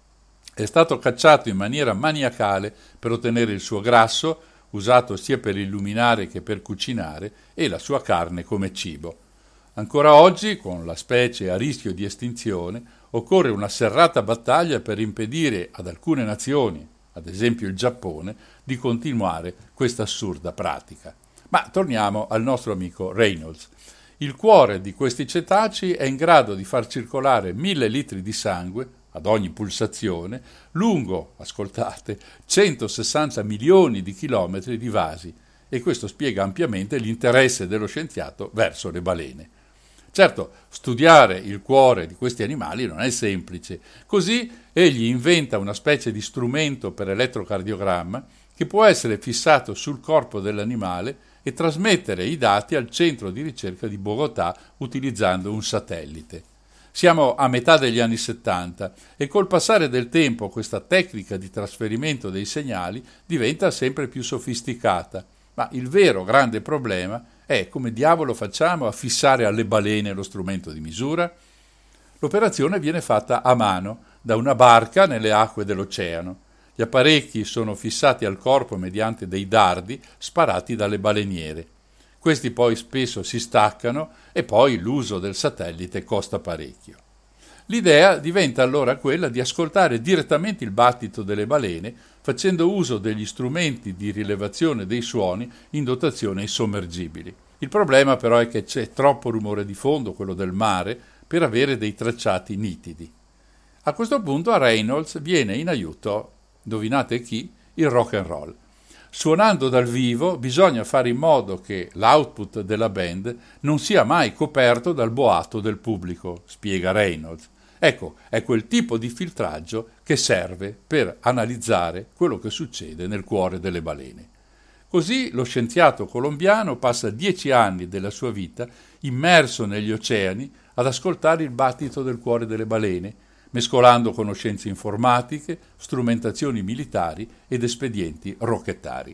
Speaker 3: è stato cacciato in maniera maniacale per ottenere il suo grasso, usato sia per illuminare che per cucinare, e la sua carne come cibo. Ancora oggi, con la specie a rischio di estinzione, occorre una serrata battaglia per impedire ad alcune nazioni, ad esempio il Giappone, di continuare questa assurda pratica. Ma torniamo al nostro amico Reynolds. Il cuore di questi cetacei è in grado di far circolare mille litri di sangue ad ogni pulsazione lungo, ascoltate, centosessanta milioni di chilometri di vasi, e questo spiega ampiamente l'interesse dello scienziato verso le balene. Certo, studiare il cuore di questi animali non è semplice, così egli inventa una specie di strumento per elettrocardiogramma che può essere fissato sul corpo dell'animale e trasmettere i dati al centro di ricerca di Bogotà utilizzando un satellite. Siamo a metà degli anni settanta e col passare del tempo questa tecnica di trasferimento dei segnali diventa sempre più sofisticata, ma il vero grande problema è come diavolo facciamo a fissare alle balene lo strumento di misura? L'operazione viene fatta a mano, da una barca nelle acque dell'oceano. Gli apparecchi sono fissati al corpo mediante dei dardi sparati dalle baleniere. Questi poi spesso si staccano e poi l'uso del satellite costa parecchio. L'idea diventa allora quella di ascoltare direttamente il battito delle balene facendo uso degli strumenti di rilevazione dei suoni in dotazione ai sommergibili. Il problema però è che c'è troppo rumore di fondo, quello del mare, per avere dei tracciati nitidi. A questo punto a Reynolds viene in aiuto, indovinate chi? Il rock and roll. Suonando dal vivo bisogna fare in modo che l'output della band non sia mai coperto dal boato del pubblico, spiega Reynolds. Ecco, è quel tipo di filtraggio che serve per analizzare quello che succede nel cuore delle balene. Così lo scienziato colombiano passa dieci anni della sua vita immerso negli oceani ad ascoltare il battito del cuore delle balene, mescolando conoscenze informatiche, strumentazioni militari ed espedienti rocchettari.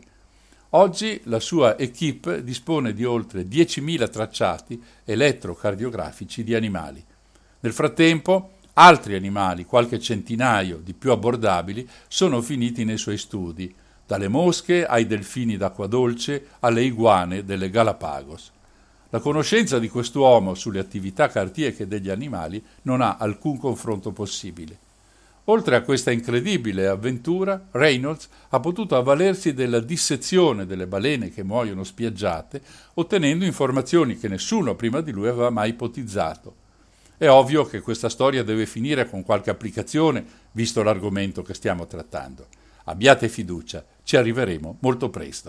Speaker 3: Oggi la sua equipe dispone di oltre diecimila tracciati elettrocardiografici di animali. Nel frattempo, altri animali, qualche centinaio di più abbordabili, sono finiti nei suoi studi, dalle mosche ai delfini d'acqua dolce alle iguane delle Galapagos. La conoscenza di quest'uomo sulle attività cardiache degli animali non ha alcun confronto possibile. Oltre a questa incredibile avventura, Reynolds ha potuto avvalersi della dissezione delle balene che muoiono spiaggiate, ottenendo informazioni che nessuno prima di lui aveva mai ipotizzato. È ovvio che questa storia deve finire con qualche applicazione, visto l'argomento che stiamo trattando. Abbiate fiducia, ci arriveremo molto presto.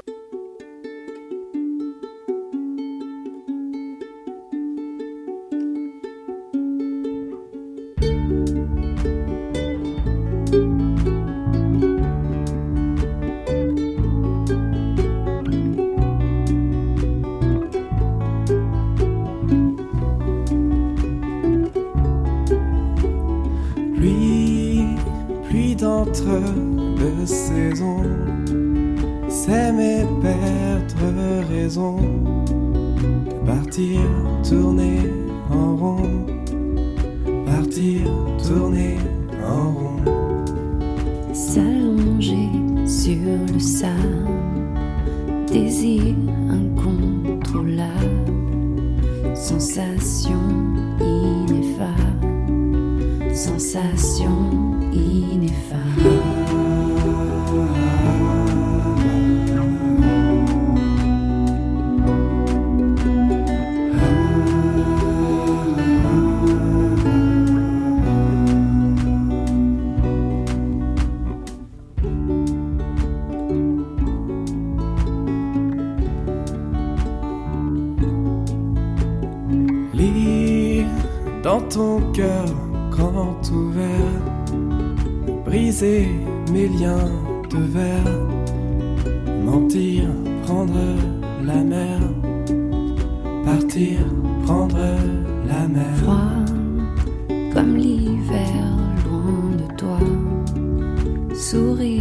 Speaker 6: Pluie, pluie d'entre deux saisons, s'aimer, perdre raison, de partir, tourner en rond, partir, tourner en rond.
Speaker 4: S'allonger sur le sable, désir incontrôlable, sensation ineffable, sensation ineffable.
Speaker 6: Lire dans ton cœur grand ouvert, briser mes liens de verre, mentir, prendre la mer, partir, prendre la mer.
Speaker 4: Froid comme l'hiver loin de toi, sourire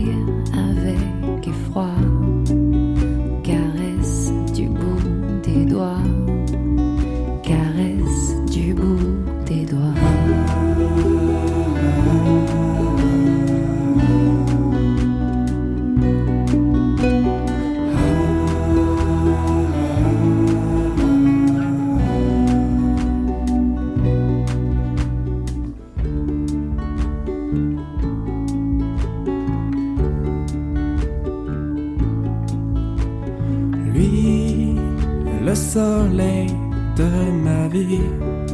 Speaker 6: Lui, le soleil de ma vie,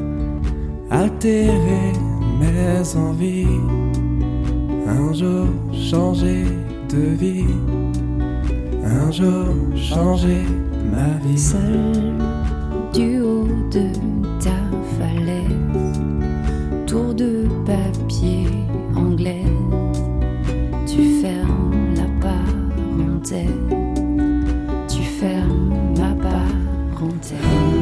Speaker 6: altérer mes envies, un jour changer de vie, un jour changer ma vie.
Speaker 4: Seul du haut de ta falaise, tour de papier anglaise, tu fermes la parenthèse, tu fermes ma parenthèse.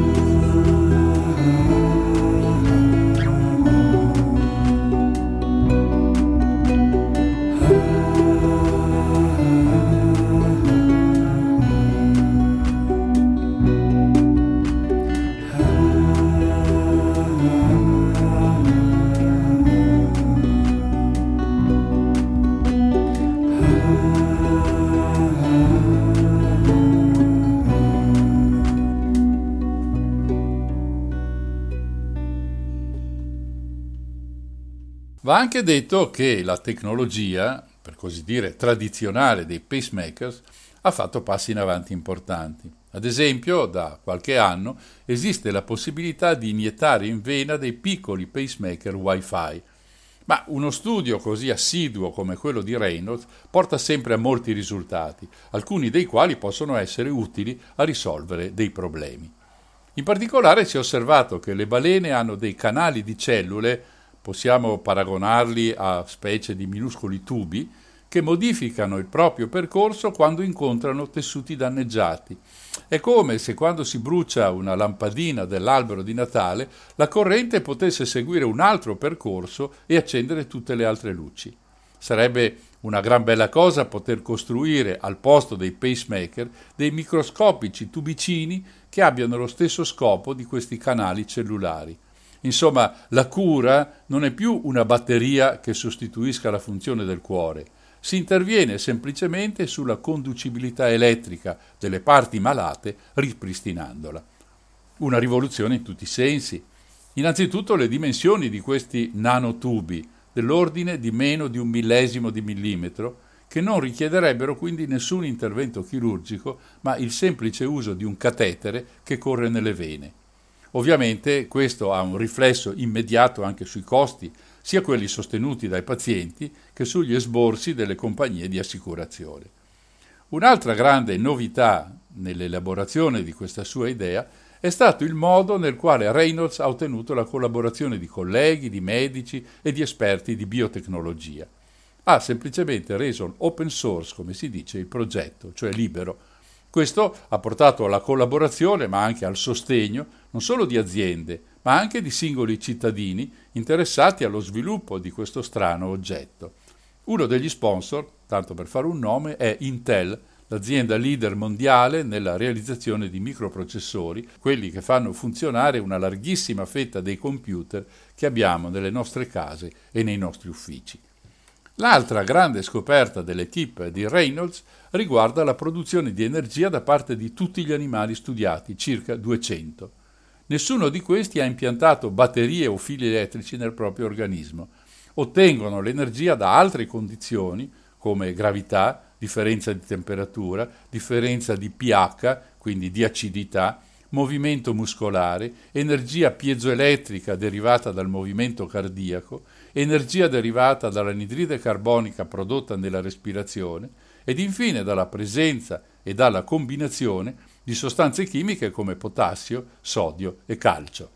Speaker 3: Va anche detto che la tecnologia, per così dire tradizionale dei pacemakers, ha fatto passi in avanti importanti. Ad esempio, da qualche anno esiste la possibilità di iniettare in vena dei piccoli pacemaker Wi-Fi, ma uno studio così assiduo come quello di Reynolds porta sempre a molti risultati, alcuni dei quali possono essere utili a risolvere dei problemi. In particolare si è osservato che le balene hanno dei canali di cellule, possiamo paragonarli a specie di minuscoli tubi, che modificano il proprio percorso quando incontrano tessuti danneggiati. È come se quando si brucia una lampadina dell'albero di Natale, la corrente potesse seguire un altro percorso e accendere tutte le altre luci. Sarebbe una gran bella cosa poter costruire al posto dei pacemaker dei microscopici tubicini che abbiano lo stesso scopo di questi canali cellulari. Insomma, la cura non è più una batteria che sostituisca la funzione del cuore. Si interviene semplicemente sulla conducibilità elettrica delle parti malate, ripristinandola. Una rivoluzione in tutti i sensi. Innanzitutto le dimensioni di questi nanotubi, dell'ordine di meno di un millesimo di millimetro, che non richiederebbero quindi nessun intervento chirurgico, ma il semplice uso di un catetere che corre nelle vene. Ovviamente questo ha un riflesso immediato anche sui costi, sia quelli sostenuti dai pazienti che sugli esborsi delle compagnie di assicurazione. Un'altra grande novità nell'elaborazione di questa sua idea è stato il modo nel quale Reynolds ha ottenuto la collaborazione di colleghi, di medici e di esperti di biotecnologia. Ha semplicemente reso open source, come si dice, il progetto, cioè libero. Questo ha portato alla collaborazione, ma anche al sostegno, non solo di aziende, ma anche di singoli cittadini interessati allo sviluppo di questo strano oggetto. Uno degli sponsor, tanto per fare un nome, è Intel, l'azienda leader mondiale nella realizzazione di microprocessori, quelli che fanno funzionare una larghissima fetta dei computer che abbiamo nelle nostre case e nei nostri uffici. L'altra grande scoperta dell'equipe di Reynolds riguarda la produzione di energia da parte di tutti gli animali studiati, circa duecento. Nessuno di questi ha impiantato batterie o fili elettrici nel proprio organismo. Ottengono l'energia da altre condizioni, come gravità, differenza di temperatura, differenza di pH, quindi di acidità, movimento muscolare, energia piezoelettrica derivata dal movimento cardiaco, energia derivata dall'anidride carbonica prodotta nella respirazione ed infine dalla presenza e dalla combinazione di sostanze chimiche come potassio, sodio e calcio.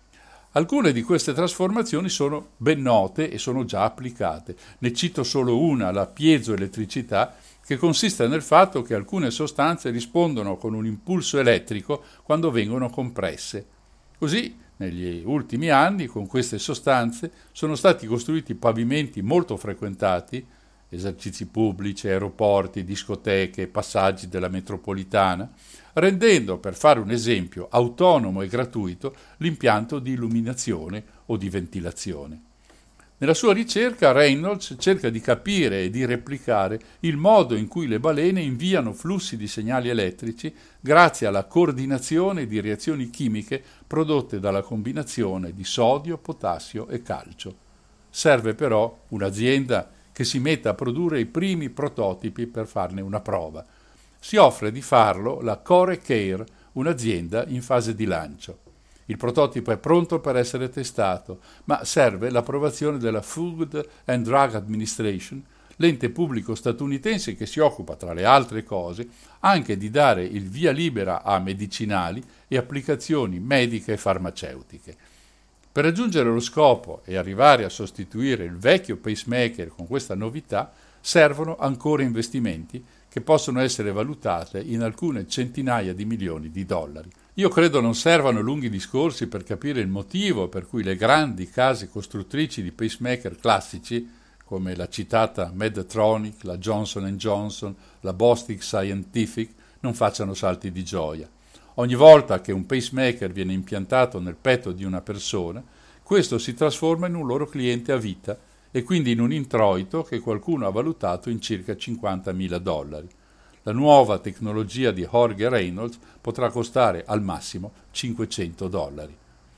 Speaker 3: Alcune di queste trasformazioni sono ben note e sono già applicate. Ne cito solo una, la piezoelettricità, che consiste nel fatto che alcune sostanze rispondono con un impulso elettrico quando vengono compresse. Così, negli ultimi anni, con queste sostanze sono stati costruiti pavimenti molto frequentati, esercizi pubblici, aeroporti, discoteche, passaggi della metropolitana, rendendo, per fare un esempio, autonomo e gratuito l'impianto di illuminazione o di ventilazione. Nella sua ricerca Reynolds cerca di capire e di replicare il modo in cui le balene inviano flussi di segnali elettrici grazie alla coordinazione di reazioni chimiche prodotte dalla combinazione di sodio, potassio e calcio. Serve però un'azienda che si metta a produrre i primi prototipi per farne una prova. si offre di farlo la Core Care, un'azienda in fase di lancio. Il prototipo è pronto per essere testato, ma serve l'approvazione della Food and Drug Administration, l'ente pubblico statunitense che si occupa, tra le altre cose, anche di dare il via libera a medicinali e applicazioni mediche e farmaceutiche. Per raggiungere lo scopo e arrivare a sostituire il vecchio pacemaker con questa novità, servono ancora investimenti che possono essere valutate in alcune centinaia di milioni di dollari. Io credo non servano lunghi discorsi per capire il motivo per cui le grandi case costruttrici di pacemaker classici, come la citata Medtronic, la Johnson and Johnson, la Boston Scientific, non facciano salti di gioia. Ogni volta che un pacemaker viene impiantato nel petto di una persona, questo si trasforma in un loro cliente a vita e quindi in un introito che qualcuno ha valutato in circa cinquantamila dollari. La nuova tecnologia di Jorge Reynolds potrà costare al massimo cinquecento dollari.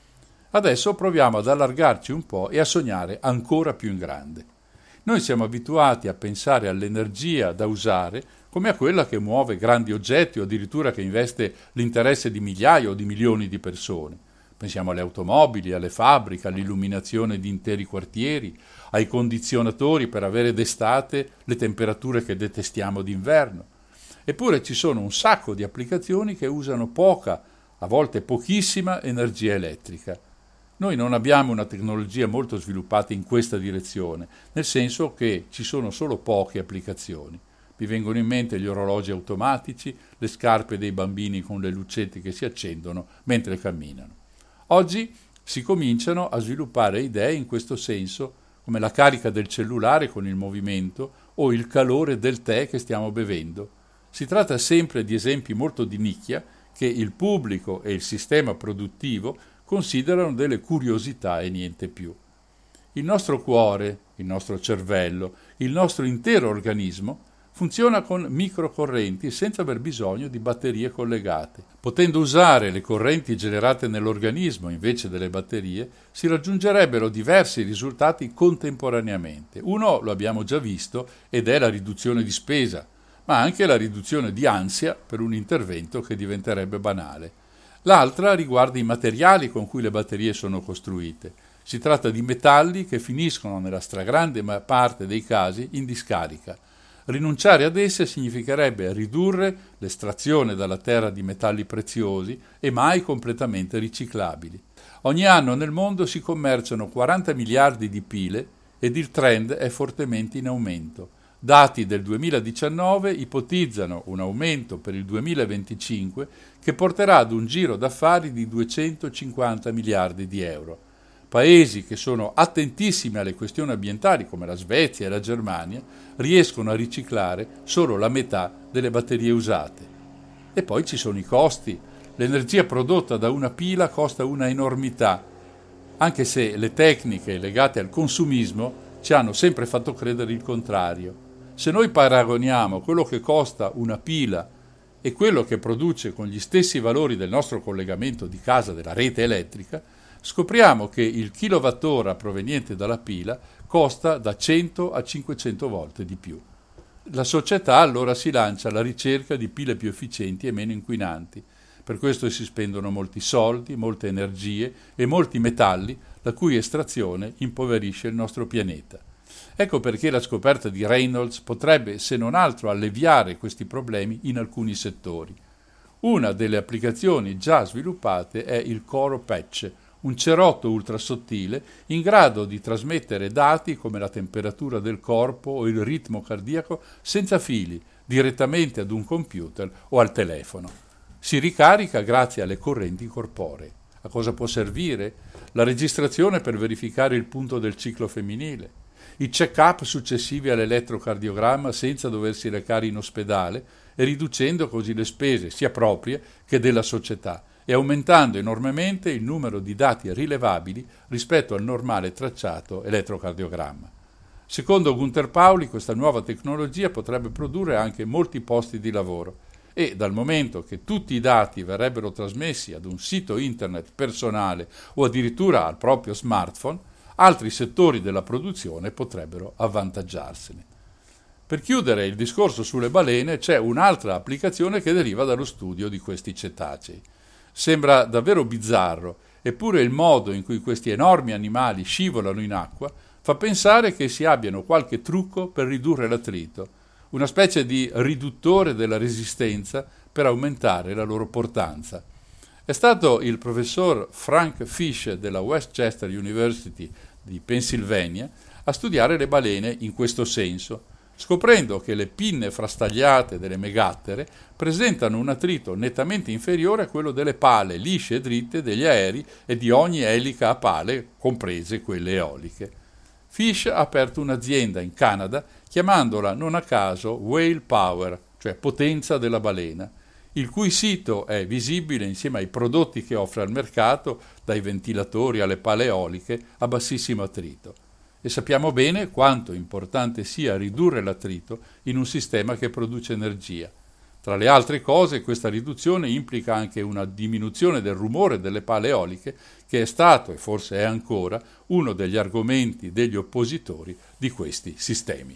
Speaker 3: Adesso proviamo ad allargarci un po' e a sognare ancora più in grande. Noi siamo abituati a pensare all'energia da usare come a quella che muove grandi oggetti o addirittura che investe l'interesse di migliaia o di milioni di persone. Pensiamo alle automobili, alle fabbriche, all'illuminazione di interi quartieri, ai condizionatori per avere d'estate le temperature che detestiamo d'inverno. Eppure ci sono un sacco di applicazioni che usano poca, a volte pochissima, energia elettrica. Noi non abbiamo una tecnologia molto sviluppata in questa direzione, nel senso che ci sono solo poche applicazioni. Mi vengono in mente gli orologi automatici, le scarpe dei bambini con le lucette che si accendono mentre camminano. Oggi si cominciano a sviluppare idee in questo senso, come la carica del cellulare con il movimento o il calore del tè che stiamo bevendo. Si tratta sempre di esempi molto di nicchia che il pubblico e il sistema produttivo considerano delle curiosità e niente più. Il nostro cuore, il nostro cervello, il nostro intero organismo funziona con microcorrenti senza aver bisogno di batterie collegate. Potendo usare le correnti generate nell'organismo invece delle batterie, si raggiungerebbero diversi risultati contemporaneamente. Uno lo abbiamo già visto ed è la riduzione di spesa, ma anche la riduzione di ansia per un intervento che diventerebbe banale. L'altra riguarda i materiali con cui le batterie sono costruite. Si tratta di metalli che finiscono nella stragrande parte dei casi in discarica. Rinunciare ad esse significherebbe ridurre l'estrazione dalla terra di metalli preziosi e mai completamente riciclabili. Ogni anno nel mondo si commerciano quaranta miliardi di pile ed il trend è fortemente in aumento. Dati del duemiladiciannove ipotizzano un aumento per il duemilaventicinque che porterà ad un giro d'affari di duecentocinquanta miliardi di euro. Paesi che sono attentissimi alle questioni ambientali, come la Svezia e la Germania, riescono a riciclare solo la metà delle batterie usate. E poi ci sono i costi. L'energia prodotta da una pila costa una enormità, anche se le tecniche legate al consumismo ci hanno sempre fatto credere il contrario. Se noi paragoniamo quello che costa una pila e quello che produce con gli stessi valori del nostro collegamento di casa della rete elettrica, scopriamo che il kilowattora proveniente dalla pila costa da cento a cinquecento volte di più. La società allora si lancia alla ricerca di pile più efficienti e meno inquinanti. Per questo si spendono molti soldi, molte energie e molti metalli, la cui estrazione impoverisce il nostro pianeta. Ecco perché la scoperta di Reynolds potrebbe, se non altro, alleviare questi problemi in alcuni settori. Una delle applicazioni già sviluppate è il Coro Patch, un cerotto ultrasottile in grado di trasmettere dati come la temperatura del corpo o il ritmo cardiaco senza fili, direttamente ad un computer o al telefono. Si ricarica grazie alle correnti corporee. A cosa può servire? La registrazione per verificare il punto del ciclo femminile, i check-up successivi all'elettrocardiogramma senza doversi recare in ospedale e riducendo così le spese sia proprie che della società e aumentando enormemente il numero di dati rilevabili rispetto al normale tracciato elettrocardiogramma. Secondo Gunther Pauli, questa nuova tecnologia potrebbe produrre anche molti posti di lavoro e, dal momento che tutti i dati verrebbero trasmessi ad un sito internet personale o addirittura al proprio smartphone, altri settori della produzione potrebbero avvantaggiarsene. Per chiudere il discorso sulle balene c'è un'altra applicazione che deriva dallo studio di questi cetacei. Sembra davvero bizzarro, eppure il modo in cui questi enormi animali scivolano in acqua fa pensare che si abbiano qualche trucco per ridurre l'attrito, una specie di riduttore della resistenza per aumentare la loro portanza. È stato il professor Frank Fish della West Chester University di Pennsylvania a studiare le balene in questo senso, scoprendo che le pinne frastagliate delle megattere presentano un attrito nettamente inferiore a quello delle pale lisce e dritte degli aerei e di ogni elica a pale, comprese quelle eoliche. Fish ha aperto un'azienda in Canada chiamandola non a caso Whale Power, cioè potenza della balena, il cui sito è visibile insieme ai prodotti che offre al mercato, dai ventilatori alle pale eoliche a bassissimo attrito. E sappiamo bene quanto importante sia ridurre l'attrito in un sistema che produce energia. Tra le altre cose, questa riduzione implica anche una diminuzione del rumore delle pale eoliche, che è stato, e forse è ancora, uno degli argomenti degli oppositori di questi sistemi.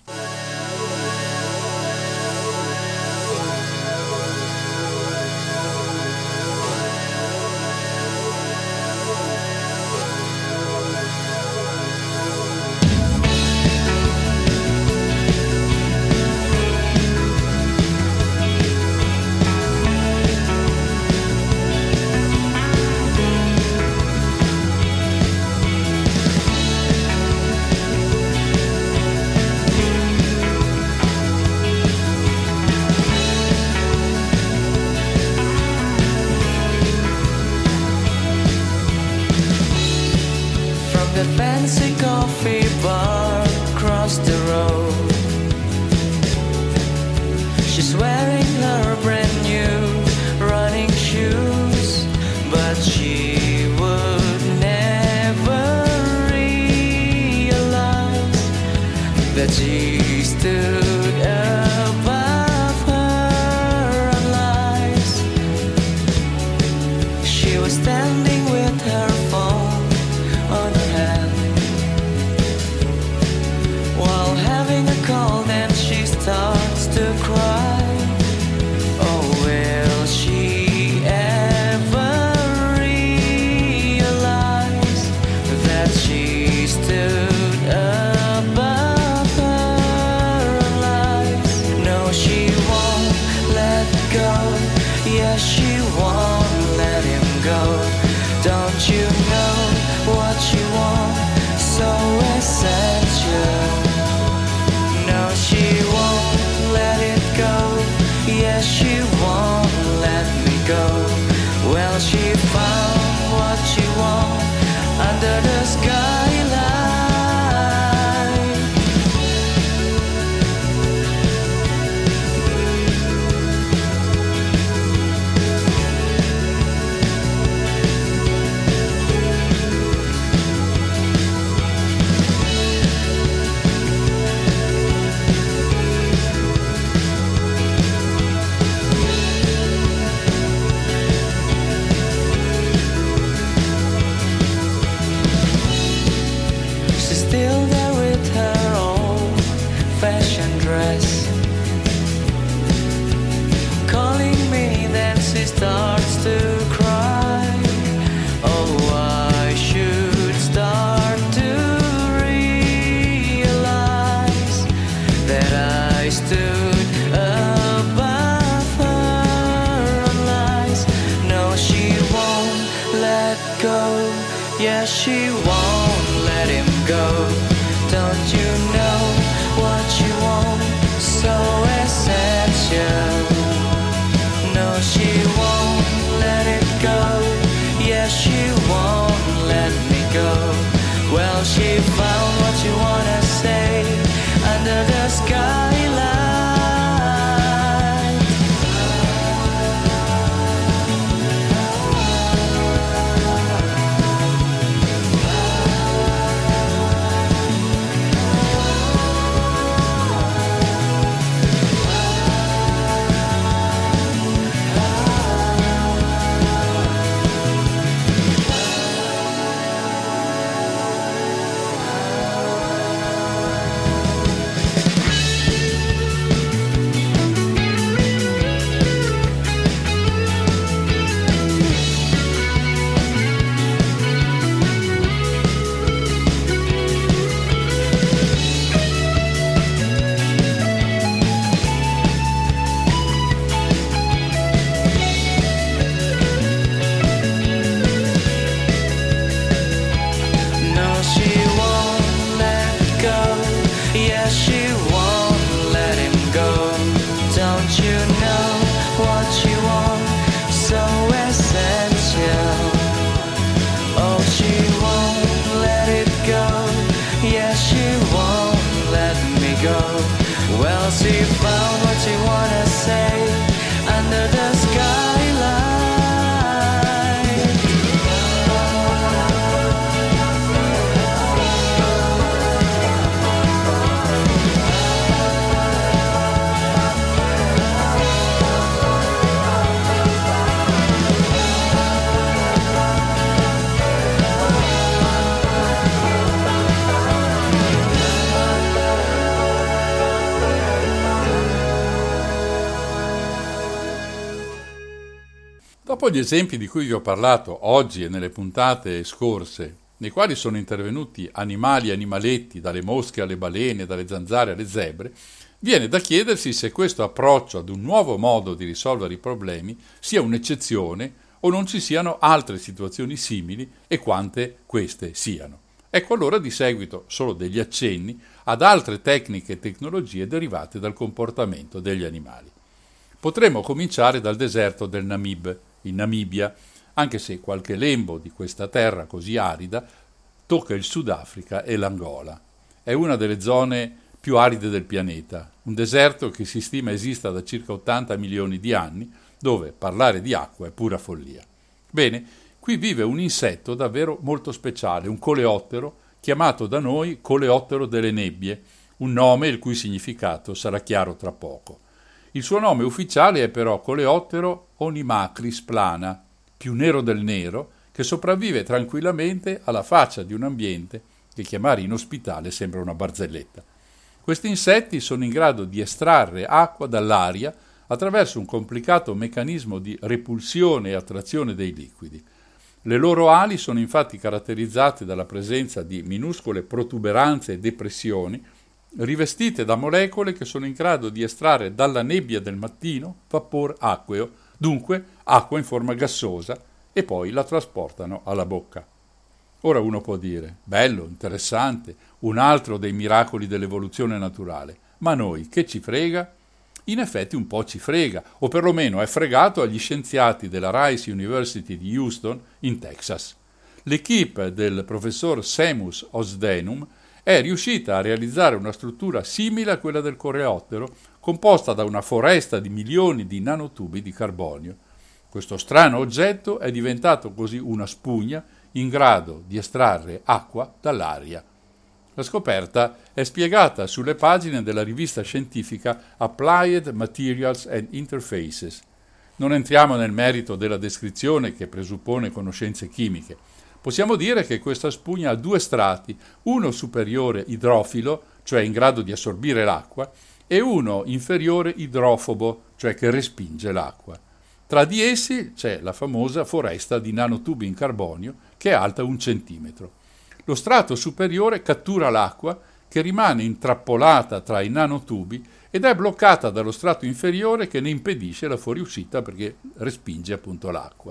Speaker 3: Dopo gli esempi di cui vi ho parlato oggi e nelle puntate scorse, nei quali sono intervenuti animali e animaletti, dalle mosche alle balene, dalle zanzare alle zebre, viene da chiedersi se questo approccio ad un nuovo modo di risolvere i problemi sia un'eccezione o non ci siano altre situazioni simili e quante queste siano. Ecco allora di seguito solo degli accenni ad altre tecniche e tecnologie derivate dal comportamento degli animali. Potremmo cominciare dal deserto del Namib, in Namibia, anche se qualche lembo di questa terra così arida tocca il Sudafrica e l'Angola. È una delle zone più aride del pianeta, un deserto che si stima esista da circa ottanta milioni di anni, dove parlare di acqua è pura follia. Bene, qui vive un insetto davvero molto speciale, un coleottero, chiamato da noi coleottero delle nebbie, un nome il cui significato sarà chiaro tra poco. Il suo nome ufficiale è però Coleottero onimacris plana, più nero del nero, che sopravvive tranquillamente alla faccia di un ambiente che chiamare inospitale sembra una barzelletta. Questi insetti sono in grado di estrarre acqua dall'aria attraverso un complicato meccanismo di repulsione e attrazione dei liquidi. Le loro ali sono infatti caratterizzate dalla presenza di minuscole protuberanze e depressioni rivestite da molecole che sono in grado di estrarre dalla nebbia del mattino vapor acqueo, dunque acqua in forma gassosa, e poi la trasportano alla bocca. Ora uno può dire, bello, interessante, un altro dei miracoli dell'evoluzione naturale, ma noi che ci frega? In effetti un po' ci frega, o perlomeno è fregato agli scienziati della Rice University di Houston, in Texas. L'equipe del professor Seamus Osdenum è riuscita a realizzare una struttura simile a quella del coleottero, composta da una foresta di milioni di nanotubi di carbonio. Questo strano oggetto è diventato così una spugna in grado di estrarre acqua dall'aria. La scoperta è spiegata sulle pagine della rivista scientifica Applied Materials and Interfaces. Non entriamo nel merito della descrizione che presuppone conoscenze chimiche. Possiamo dire che questa spugna ha due strati, uno superiore idrofilo, cioè in grado di assorbire l'acqua, e uno inferiore idrofobo, cioè che respinge l'acqua. Tra di essi c'è la famosa foresta di nanotubi in carbonio che è alta un centimetro. Lo strato superiore cattura l'acqua che rimane intrappolata tra i nanotubi ed è bloccata dallo strato inferiore che ne impedisce la fuoriuscita perché respinge appunto l'acqua.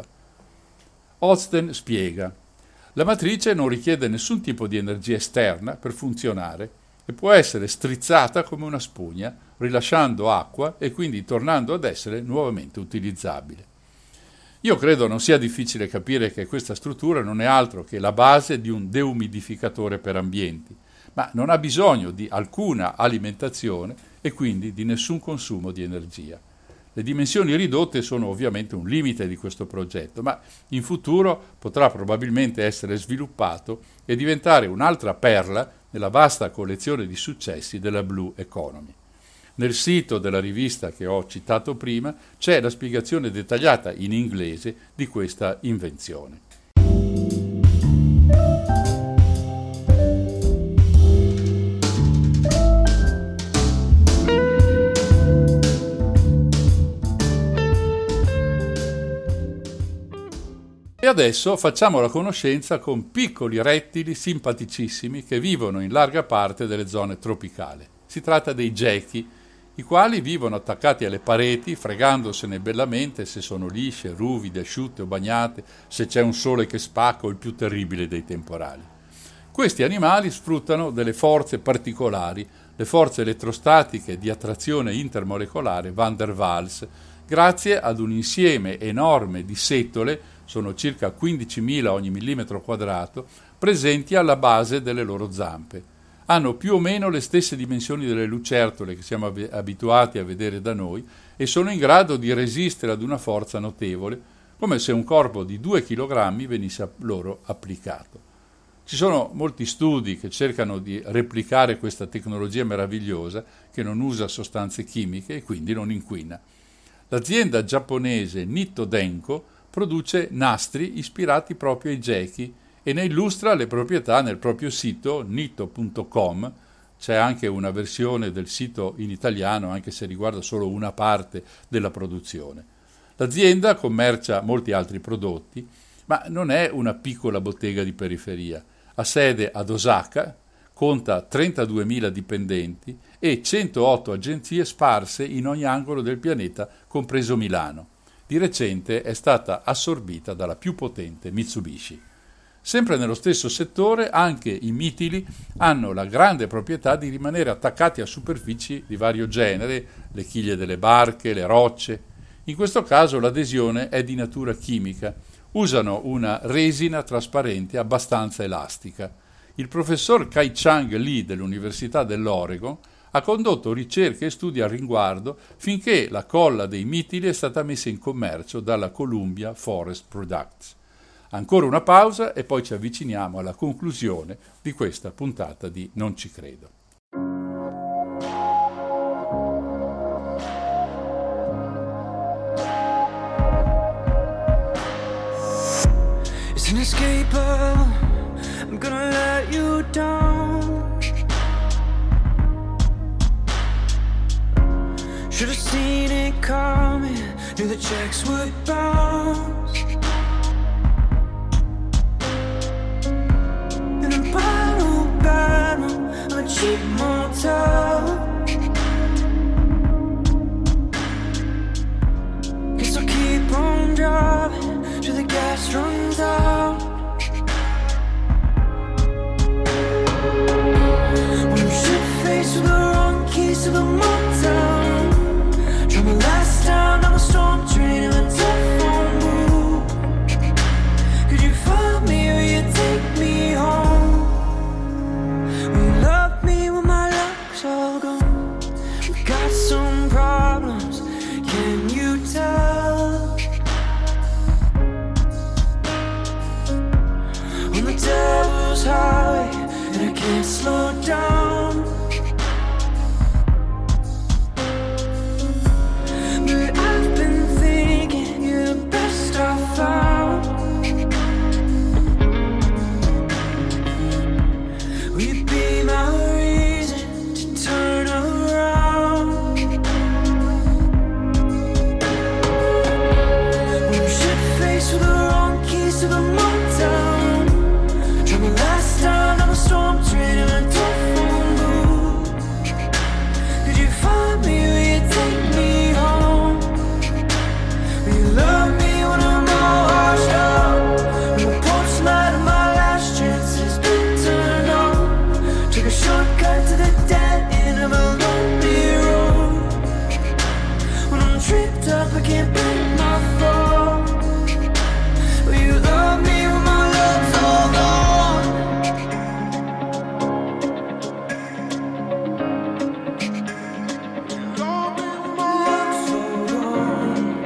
Speaker 3: Osden spiega: la matrice non richiede nessun tipo di energia esterna per funzionare e può essere strizzata come una spugna, rilasciando acqua e quindi tornando ad essere nuovamente utilizzabile. Io credo non sia difficile capire che questa struttura non è altro che la base di un deumidificatore per ambienti, ma non ha bisogno di alcuna alimentazione e quindi di nessun consumo di energia. Le dimensioni ridotte sono ovviamente un limite di questo progetto, ma in futuro potrà probabilmente essere sviluppato e diventare un'altra perla nella vasta collezione di successi della Blue Economy. Nel sito della rivista che ho citato prima c'è la spiegazione dettagliata in inglese di questa invenzione. E adesso facciamo la conoscenza con piccoli rettili simpaticissimi che vivono in larga parte delle zone tropicali. Si tratta dei gechi, i quali vivono attaccati alle pareti, fregandosene bellamente se sono lisce, ruvide, asciutte o bagnate, se c'è un sole che spacca o il più terribile dei temporali. Questi animali sfruttano delle forze particolari, le forze elettrostatiche di attrazione intermolecolare Van der Waals, grazie ad un insieme enorme di setole, sono circa quindicimila ogni millimetro quadrato, presenti alla base delle loro zampe. Hanno più o meno le stesse dimensioni delle lucertole che siamo abituati a vedere da noi e sono in grado di resistere ad una forza notevole, come se un corpo di due chilogrammi venisse a loro applicato. Ci sono molti studi che cercano di replicare questa tecnologia meravigliosa che non usa sostanze chimiche e quindi non inquina. L'azienda giapponese Nitto Denko produce nastri ispirati proprio ai gechi e ne illustra le proprietà nel proprio sito nitto punto com. C'è anche una versione del sito in italiano, anche se riguarda solo una parte della produzione. L'azienda commercia molti altri prodotti, ma non è una piccola bottega di periferia. Ha sede ad Osaka, conta trentaduemila dipendenti e centootto agenzie sparse in ogni angolo del pianeta, compreso Milano. Di recente è stata assorbita dalla più potente Mitsubishi. Sempre nello stesso settore, anche i mitili hanno la grande proprietà di rimanere attaccati a superfici di vario genere, le chiglie delle barche, le rocce. In questo caso l'adesione è di natura chimica. Usano una resina trasparente abbastanza elastica. Il professor Kai-Chang Lee dell'Università dell'Oregon ha condotto ricerche e studi al riguardo finché la colla dei mitili è stata messa in commercio dalla Columbia Forest Products. Ancora una pausa e poi ci avviciniamo alla conclusione di questa puntata di Non ci credo.
Speaker 6: It's inescapable. I'm gonna let you down. Should have seen it coming. Knew the checks would bounce. In a battle, battle, I'm a cheap motel. Guess I'll keep on driving till the gas runs out. When I'm shit-faced with the wrong keys to the motel, try my last time down a storm train in a telephone booth. Could you find me or you take me home? Will you love me when my luck's all gone? We've got some problems, can you tell? On the devil's highway, and I can't slow down. But I've been thinking you're the best I've found. Will you be my reason to turn around? When I'm shit-faced with the wrong keys to the motel, try my last time down a storm train in a telephone booth. Could you find me, will you take me home? Will you love me when I'm all washed up? When the porch light of my last chance has been turned on, take a shortcut to the dead end of a lonely road. When I'm tripped up, I can't break my fall. Will you love me when my love's all gone? Love me when my love's all gone.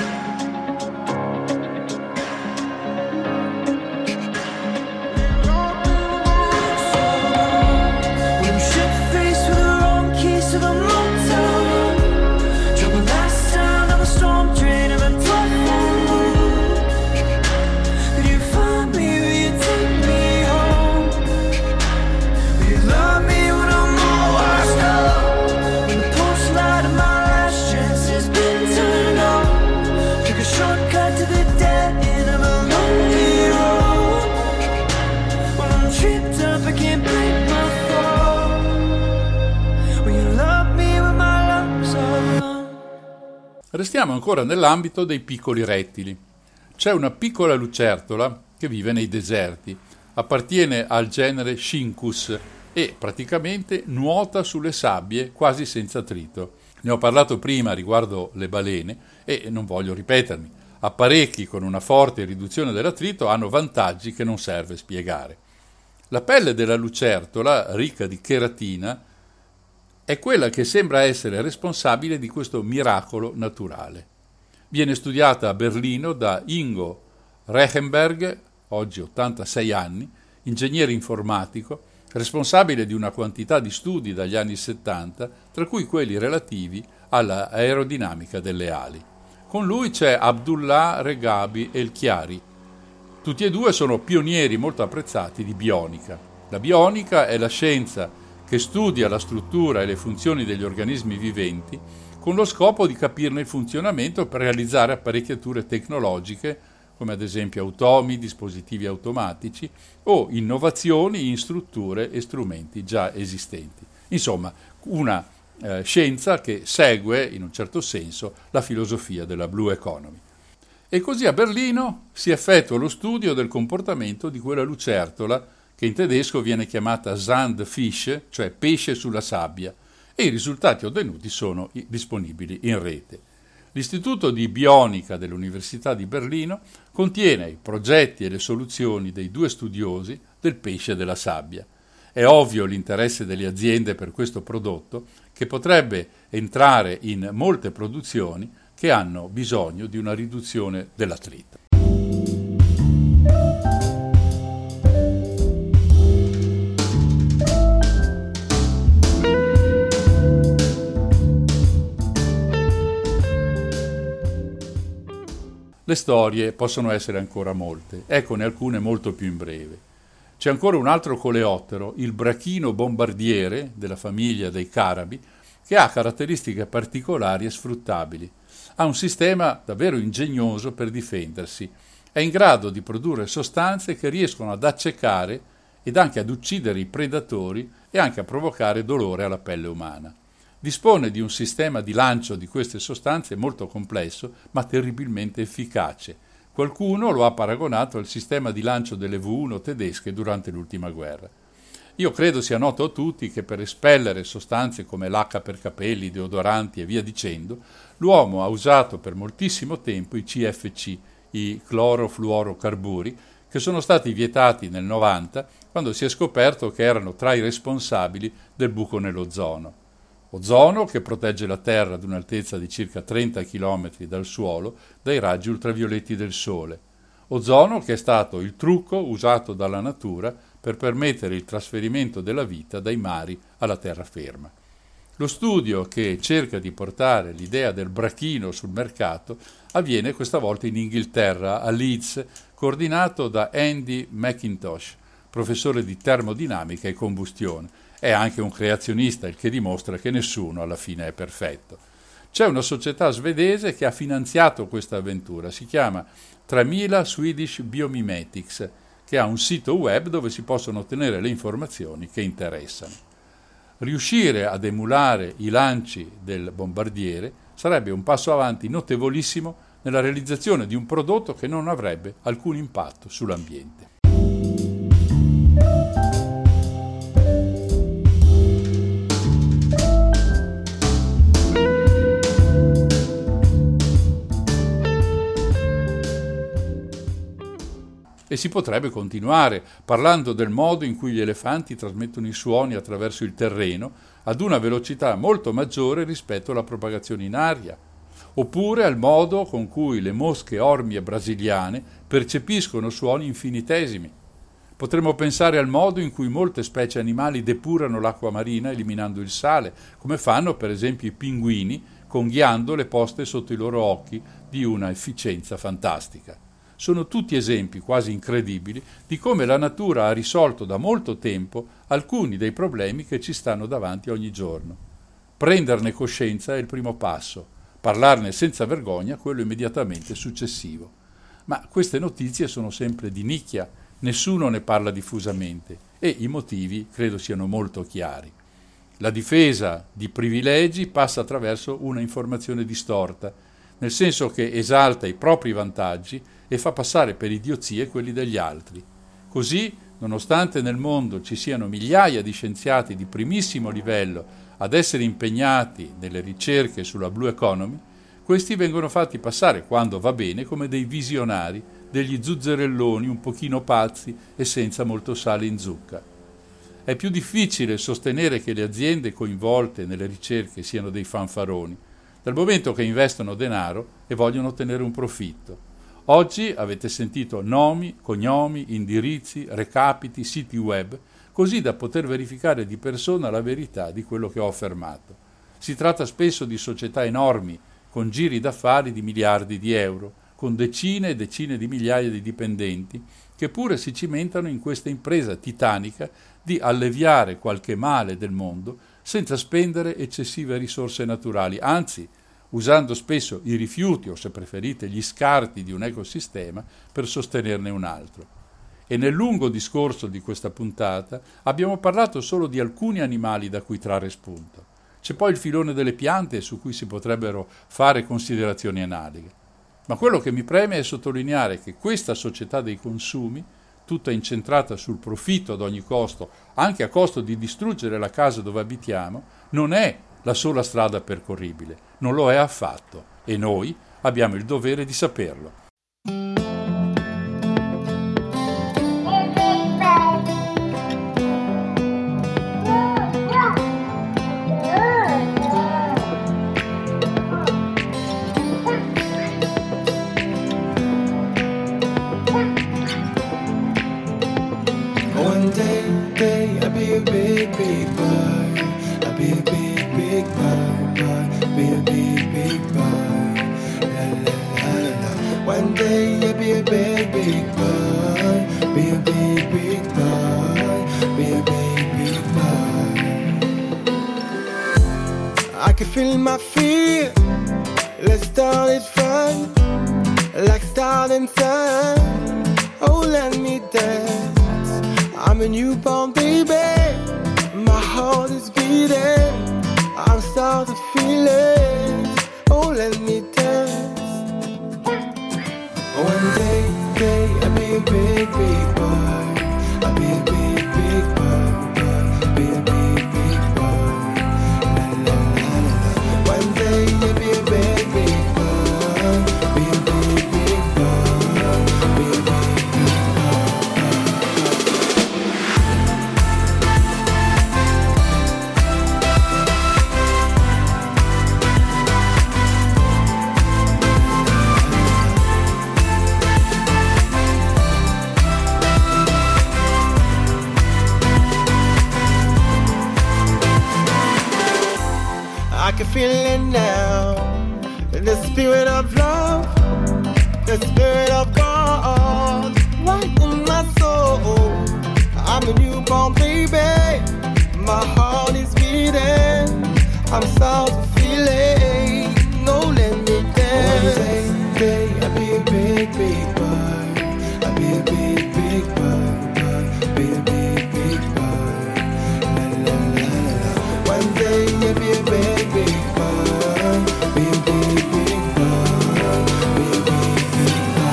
Speaker 6: When I'm shit-faced with the wrong keys to the motel, drove my last time down a storm drain of a telephone booth. Could you find me, will you take me home? Will you love me when I'm all washed up? When the porch light of my last chance has been turned on, took a shortcut to the dead end of a lonely road. When I'm tripped up, I can't break my fall. Will you love me when my love's all gone?
Speaker 3: Restiamo ancora nell'ambito dei piccoli rettili. C'è una piccola lucertola che vive nei deserti, appartiene al genere Scincus e praticamente nuota sulle sabbie quasi senza attrito. Ne ho parlato prima riguardo le balene e non voglio ripetermi. Apparecchi con una forte riduzione dell'attrito hanno vantaggi che non serve spiegare. La pelle della lucertola, ricca di cheratina, è quella che sembra essere responsabile di questo miracolo naturale. Viene studiata a Berlino da Ingo Rechenberg, oggi ottantasei anni, ingegnere informatico, responsabile di una quantità di studi dagli anni settanta, tra cui quelli relativi alla aerodinamica delle ali. Con lui c'è Abdullah Regabi El-Chiari. Tutti e due sono pionieri molto apprezzati di bionica. La bionica è la scienza che studia la struttura e le funzioni degli organismi viventi con lo scopo di capirne il funzionamento per realizzare apparecchiature tecnologiche, come ad esempio automi, dispositivi automatici o innovazioni in strutture e strumenti già esistenti. Insomma, una eh, scienza che segue, in un certo senso, la filosofia della Blue Economy. E così a Berlino si effettua lo studio del comportamento di quella lucertola che in tedesco viene chiamata Sandfisch, cioè pesce sulla sabbia, e i risultati ottenuti sono disponibili in rete. L'Istituto di Bionica dell'Università di Berlino contiene i progetti e le soluzioni dei due studiosi del pesce della sabbia. È ovvio l'interesse delle aziende per questo prodotto, che potrebbe entrare in molte produzioni che hanno bisogno di una riduzione dell'attrito. Le storie possono essere ancora molte, eccone alcune molto più in breve. C'è ancora un altro coleottero, il brachino bombardiere della famiglia dei carabi, che ha caratteristiche particolari e sfruttabili. Ha un sistema davvero ingegnoso per difendersi. È in grado di produrre sostanze che riescono ad accecare ed anche ad uccidere i predatori e anche a provocare dolore alla pelle umana. Dispone di un sistema di lancio di queste sostanze molto complesso, ma terribilmente efficace. Qualcuno lo ha paragonato al sistema di lancio delle V uno tedesche durante l'ultima guerra. Io credo sia noto a tutti che per espellere sostanze come l'acca per capelli, deodoranti e via dicendo, l'uomo ha usato per moltissimo tempo i C F C, i clorofluorocarburi, che sono stati vietati nel novanta, quando si è scoperto che erano tra i responsabili del buco nell'ozono. Ozono che protegge la Terra ad un'altezza di circa trenta chilometri dal suolo dai raggi ultravioletti del Sole. Ozono che è stato il trucco usato dalla natura per permettere il trasferimento della vita dai mari alla terraferma. Lo studio che cerca di portare l'idea del brachino sul mercato avviene questa volta in Inghilterra, a Leeds, coordinato da Andy McIntosh, professore di termodinamica e combustione. È anche un creazionista, il che dimostra che nessuno alla fine è perfetto. C'è una società svedese che ha finanziato questa avventura, si chiama tremila Swedish Biomimetics, che ha un sito web dove si possono ottenere le informazioni che interessano. Riuscire ad emulare i lanci del bombardiere sarebbe un passo avanti notevolissimo nella realizzazione di un prodotto che non avrebbe alcun impatto sull'ambiente. E si potrebbe continuare parlando del modo in cui gli elefanti trasmettono i suoni attraverso il terreno ad una velocità molto maggiore rispetto alla propagazione in aria, oppure al modo con cui le mosche ormie brasiliane percepiscono suoni infinitesimi. Potremmo pensare al modo in cui molte specie animali depurano l'acqua marina eliminando il sale, come fanno per esempio i pinguini con ghiandole poste sotto i loro occhi di una efficienza fantastica. Sono tutti esempi quasi incredibili di come la natura ha risolto da molto tempo alcuni dei problemi che ci stanno davanti ogni giorno. Prenderne coscienza è il primo passo, parlarne senza vergogna quello immediatamente successivo. Ma queste notizie sono sempre di nicchia, nessuno ne parla diffusamente e i motivi credo siano molto chiari. La difesa di privilegi passa attraverso una informazione distorta, nel senso che esalta i propri vantaggi e fa passare per idiozie quelli degli altri. Così, nonostante nel mondo ci siano migliaia di scienziati di primissimo livello ad essere impegnati nelle ricerche sulla Blue Economy, questi vengono fatti passare, quando va bene, come dei visionari, degli zuzzerelloni un pochino pazzi e senza molto sale in zucca. È più difficile sostenere che le aziende coinvolte nelle ricerche siano dei fanfaroni, dal momento che investono denaro e vogliono ottenere un profitto. Oggi avete sentito nomi, cognomi, indirizzi, recapiti, siti web, così da poter verificare di persona la verità di quello che ho affermato. Si tratta spesso di società enormi, con giri d'affari di miliardi di euro, con decine e decine di migliaia di dipendenti, che pure si cimentano in questa impresa titanica di alleviare qualche male del mondo senza spendere eccessive risorse naturali, anzi usando spesso i rifiuti o, se preferite, gli scarti di un ecosistema per sostenerne un altro. E nel lungo discorso di questa puntata abbiamo parlato solo di alcuni animali da cui trarre spunto. C'è poi il filone delle piante su cui si potrebbero fare considerazioni analoghe. Ma quello che mi preme è sottolineare che questa società dei consumi, tutta incentrata sul profitto ad ogni costo, anche a costo di distruggere la casa dove abitiamo, non è la sola strada percorribile, non lo è affatto, e noi abbiamo il dovere di saperlo.
Speaker 6: One day, day, I'll be a big, big boy. I'll be a big, big boy, boy. Be a big, big boy. La la la la la. One day, I'll be a big, big boy. Be a big, big boy. Be a big, big boy. I can feel my fear. Let's start it fun, like starting sun. Oh, let me dance. I'm a newborn baby, my heart is beating, I'm starting to feel it, oh let me dance. One day, day, I'll be a big, big boy, I'll be a big, big boy, boy, be a big, big boy, la la la la la. One day, I'll be a big, big boy, be a big, big boy, be a big, big boy. I can feel it now, the spirit of love, the spirit of God, right in my soul. I'm a newborn baby, my heart is beating, I'm starting to feel it, no let me dance. One day, day, I'll be a big, big boy, I'll be a big, big boy, boy, be a big, big boy, la la la la la. One day, I'll be a big, big boy, be a big, big boy, be a big, big boy.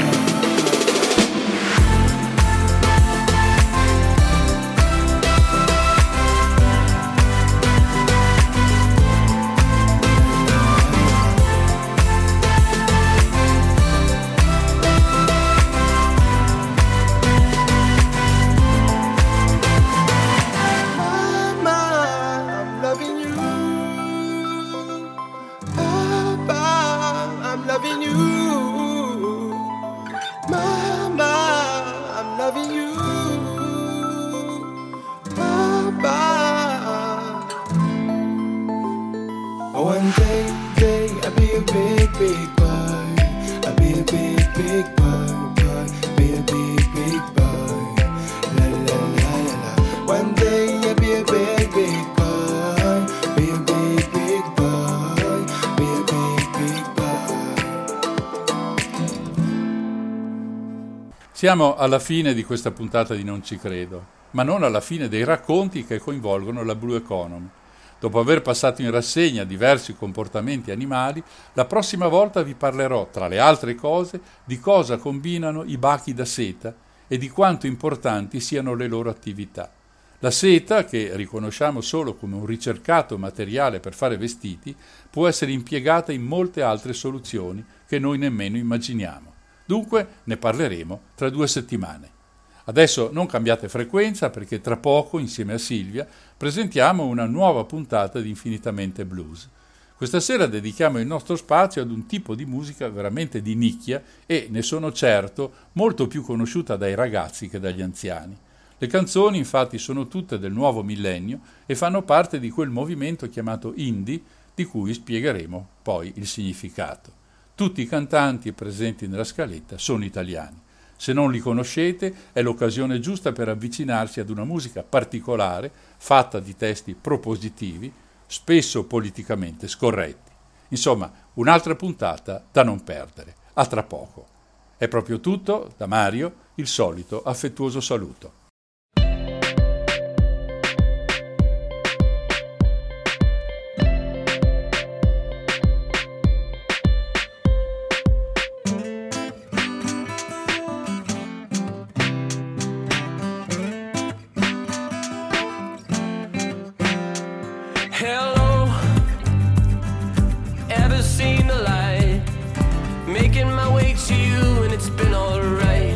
Speaker 6: One day, day, I'll be a big, big boy. I'll be a big, big boy, boy. Be a big, big boy. La la la la la. One day, I'll be a big, big boy. Be a big, big boy. Be a big, big boy.
Speaker 3: Siamo alla fine di questa puntata di Non ci credo, ma non alla fine dei racconti che coinvolgono la Blue Economy. Dopo aver passato in rassegna diversi comportamenti animali, la prossima volta vi parlerò, tra le altre cose, di cosa combinano i bachi da seta e di quanto importanti siano le loro attività. La seta, che riconosciamo solo come un ricercato materiale per fare vestiti, può essere impiegata in molte altre soluzioni che noi nemmeno immaginiamo. Dunque ne parleremo tra due settimane. Adesso non cambiate frequenza perché tra poco, insieme a Silvia, presentiamo una nuova puntata di Infinitamente Blues. Questa sera dedichiamo il nostro spazio ad un tipo di musica veramente di nicchia e, ne sono certo, molto più conosciuta dai ragazzi che dagli anziani. Le canzoni infatti sono tutte del nuovo millennio e fanno parte di quel movimento chiamato indie, di cui spiegheremo poi il significato. Tutti i cantanti presenti nella scaletta sono italiani. Se non li conoscete, è l'occasione giusta per avvicinarsi ad una musica particolare, fatta di testi propositivi, spesso politicamente scorretti. Insomma, un'altra puntata da non perdere. A tra poco. È proprio tutto, da Mario, il solito affettuoso saluto.
Speaker 6: Hello, ever seen the light? Making my way to you and it's been alright.